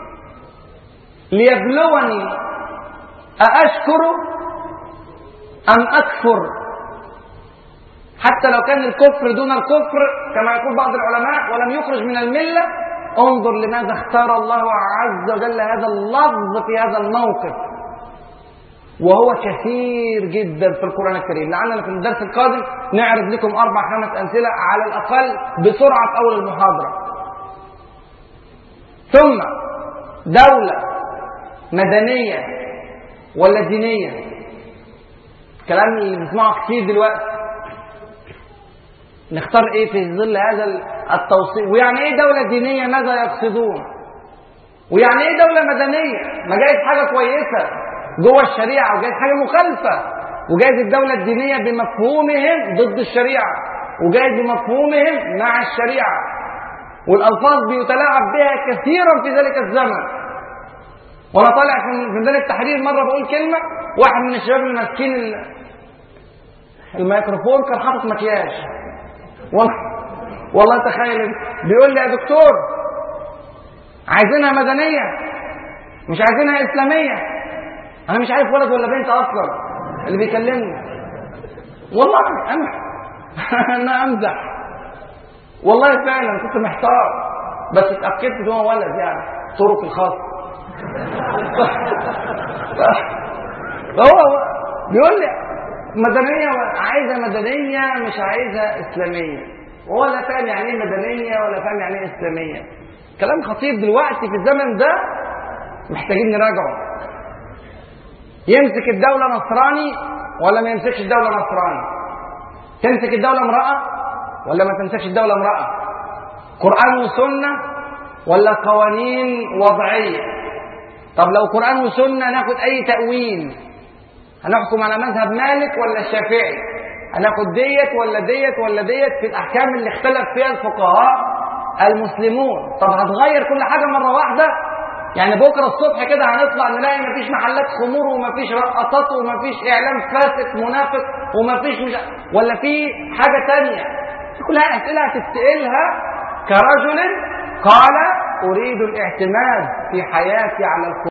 ليبلوني أأشكر أم أكفر. حتى لو كان الكفر دون الكفر كما يقول بعض العلماء ولم يخرج من الملة، انظر لماذا اختار الله عز وجل هذا اللفظ في هذا الموقف، وهو كثير جدا في القرآن الكريم. لعلنا في الدرس القادم نعرض لكم 4-5 أمثلة على الأقل بسرعة في أول المحاضرة. ثم دولة مدنية ولا دينية، الكلام اللي بنسمعه كتير دلوقتي. نختار ايه في ظل هذا التوصيف؟ ويعني ايه دولة دينية؟ ماذا يقصدون؟ ويعني ايه دولة مدنية؟ ما جايز حاجة كويسة جوه الشريعة وجايز حاجة مخالفة، وجايز الدولة الدينية بمفهومهم ضد الشريعة وجايز بمفهومهم مع الشريعة، والألفاظ بيتلاعب بها كثيرا في ذلك الزمن. وانا طالع في ميدان التحرير مرة بقول كلمة، واحد من الشباب اللي ماسكين الميكروفون كان حاطط مكياج، والله تخيل، بيقول لي يا دكتور عايزينها مدنية مش عايزينها إسلامية. أنا مش عارف ولد ولا بنت أصلا اللي بيكلمني، والله أنا أمزح، والله فعلا كنت محتار، بس اتأكدت إن هو ولد يعني طرق الخاصة. فهو بيقول لي مدنية، عايزة مدنية مش عايزة إسلامية، وهو لا فاهم يعني ايه مدنية ولا فاهم يعني ايه إسلامية. كلام خطير دلوقتي في الزمن ده، محتاجين نراجعه. يمسك الدولة نصراني ولا ما يمسكش الدولة نصراني؟ تمسك الدولة امرأة ولا ما تمسكش الدولة امرأة؟ قرآن وسنة ولا قوانين وضعية؟ طب لو قرآن وسنة ناخد أي تأويل؟ هنحكم على مذهب مالك ولا الشافعي؟ هناخد ديت ولا ديت ولا ديت في الأحكام اللي اختلف فيها الفقهاء المسلمون. طب هتغير كل حاجة مرة واحدة؟ يعني بكرة الصبح كده هنطلع نلاقي مفيش محلات خمور ومفيش رقصات ومفيش إعلام فاسد منافق ومفيش ولا في حاجة تانية؟ كلها أسئلة هتسألها كرجل قال أريد الاعتماد في حياتي على القرآن